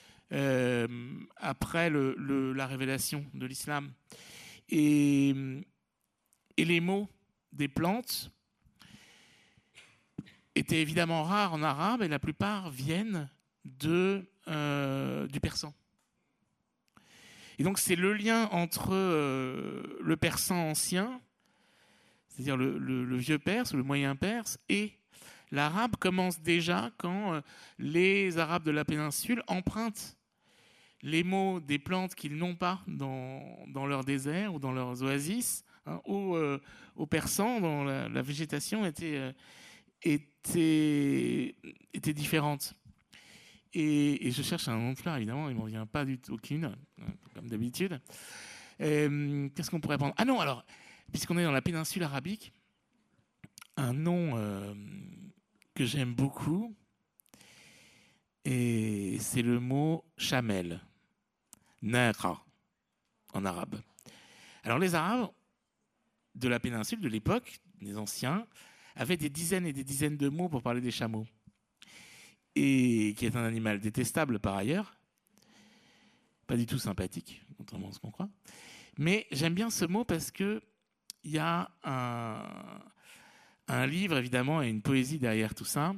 après la révélation de l'islam. Et les mots des plantes étaient évidemment rares en arabe, et la plupart viennent du persan. Et donc c'est le lien entre le persan ancien, c'est-à-dire le vieux perse ou le moyen perse, et l'arabe commence déjà quand les Arabes de la péninsule empruntent les mots des plantes qu'ils n'ont pas dans leur désert ou dans leurs oasis, aux persans dont la végétation était différente. Et je cherche un nom de fleur, évidemment, il ne m'en vient pas du tout aucune, comme d'habitude. Qu'est-ce qu'on pourrait prendre ? Ah non, alors, puisqu'on est dans la péninsule arabique, un nom que j'aime beaucoup, et c'est le mot chamel, naqa, en arabe. Alors les Arabes de la péninsule, de l'époque, des anciens, avaient des dizaines et des dizaines de mots pour parler des chameaux, et qui est un animal détestable par ailleurs, pas du tout sympathique, contrairement à ce qu'on croit. Mais j'aime bien ce mot parce que il y a un livre, évidemment, et une poésie derrière tout ça.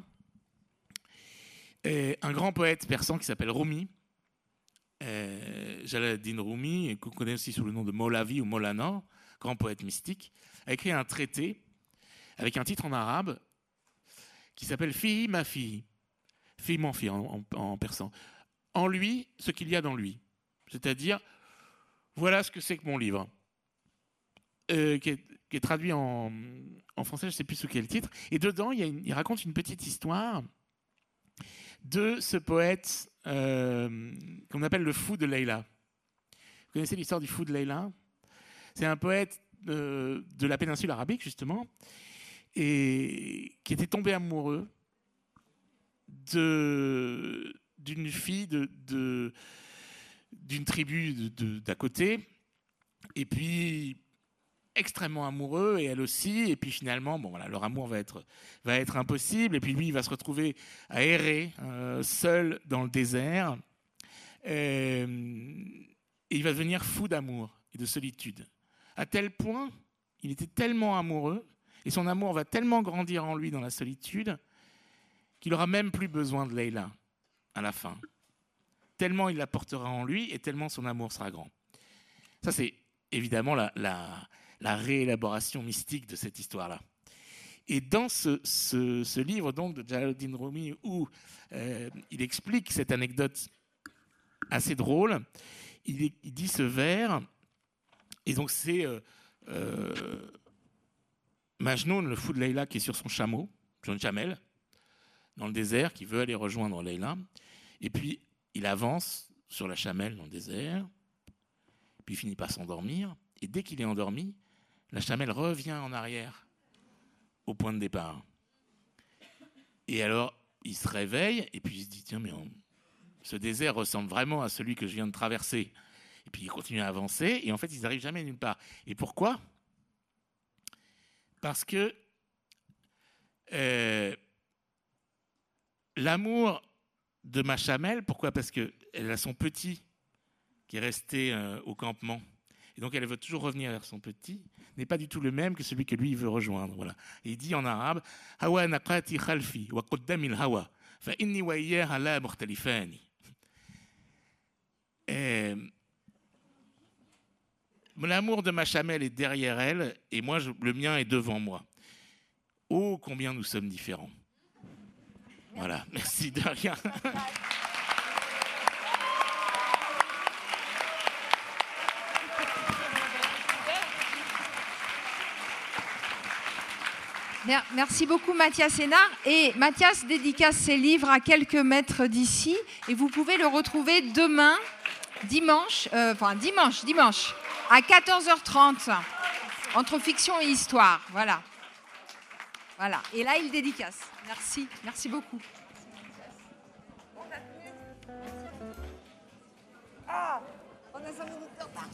Et un grand poète persan qui s'appelle Rumi, Jalaluddin Rumi, qu'on connaît aussi sous le nom de Molavi ou Molana, grand poète mystique, a écrit un traité avec un titre en arabe qui s'appelle Fihi ma fihi, fille mon fille en persan. En lui, ce qu'il y a dans lui. C'est-à-dire, voilà ce que c'est que mon livre. Qui est traduit en français, je ne sais plus sous quel titre. Et dedans, il raconte une petite histoire de ce poète qu'on appelle le fou de Leïla. Vous connaissez l'histoire du fou de Leïla ? C'est un poète de la péninsule arabique, justement, et qui était tombé amoureux d'une fille d'une tribu d'à côté, et puis extrêmement amoureux, et elle aussi, et puis finalement, bon voilà, leur amour va être impossible, et puis lui, il va se retrouver à errer seul dans le désert, et il va devenir fou d'amour et de solitude, à tel point, il était tellement amoureux, et son amour va tellement grandir en lui dans la solitude, qu'il n'aura même plus besoin de Leïla à la fin, tellement il la portera en lui, et tellement son amour sera grand. Ça, c'est évidemment la réélaboration mystique de cette histoire-là. Et dans ce livre donc, de Jalaluddin Rumi, où il explique cette anecdote assez drôle, il dit ce vers, et donc c'est Majnoun, le fou de Leïla, qui est sur son chameau, son chamel, dans le désert, qui veut aller rejoindre Leïla, et puis il avance sur la chamelle dans le désert, puis il finit par s'endormir, et dès qu'il est endormi, la chamelle revient en arrière, au point de départ. Et alors, il se réveille, et puis il se dit, tiens, mais ce désert ressemble vraiment à celui que je viens de traverser. Et puis il continue à avancer, et en fait, ils n'arrivent jamais nulle part. Et pourquoi ? Parce que l'amour de ma chamelle, pourquoi ? Parce qu'elle a son petit qui est resté au campement. Et donc elle veut toujours revenir vers son petit, n'est pas du tout le même que celui que lui il veut rejoindre. Voilà. Et il dit en arabe, Hawa naqati khalfi wa qaddami al-hawa fa inni wa iyyaha la mukhtalifani. L'amour de ma chamelle est derrière elle, et moi le mien est devant moi. Oh, combien nous sommes différents. Voilà, merci de rien. Merci beaucoup Mathias Hénard. Et Mathias dédicace ses livres à quelques mètres d'ici. Et vous pouvez le retrouver demain, dimanche, à 14h30, entre fiction et histoire. Voilà. Et là, il dédicace. Merci beaucoup. On a 5 minutes de retard.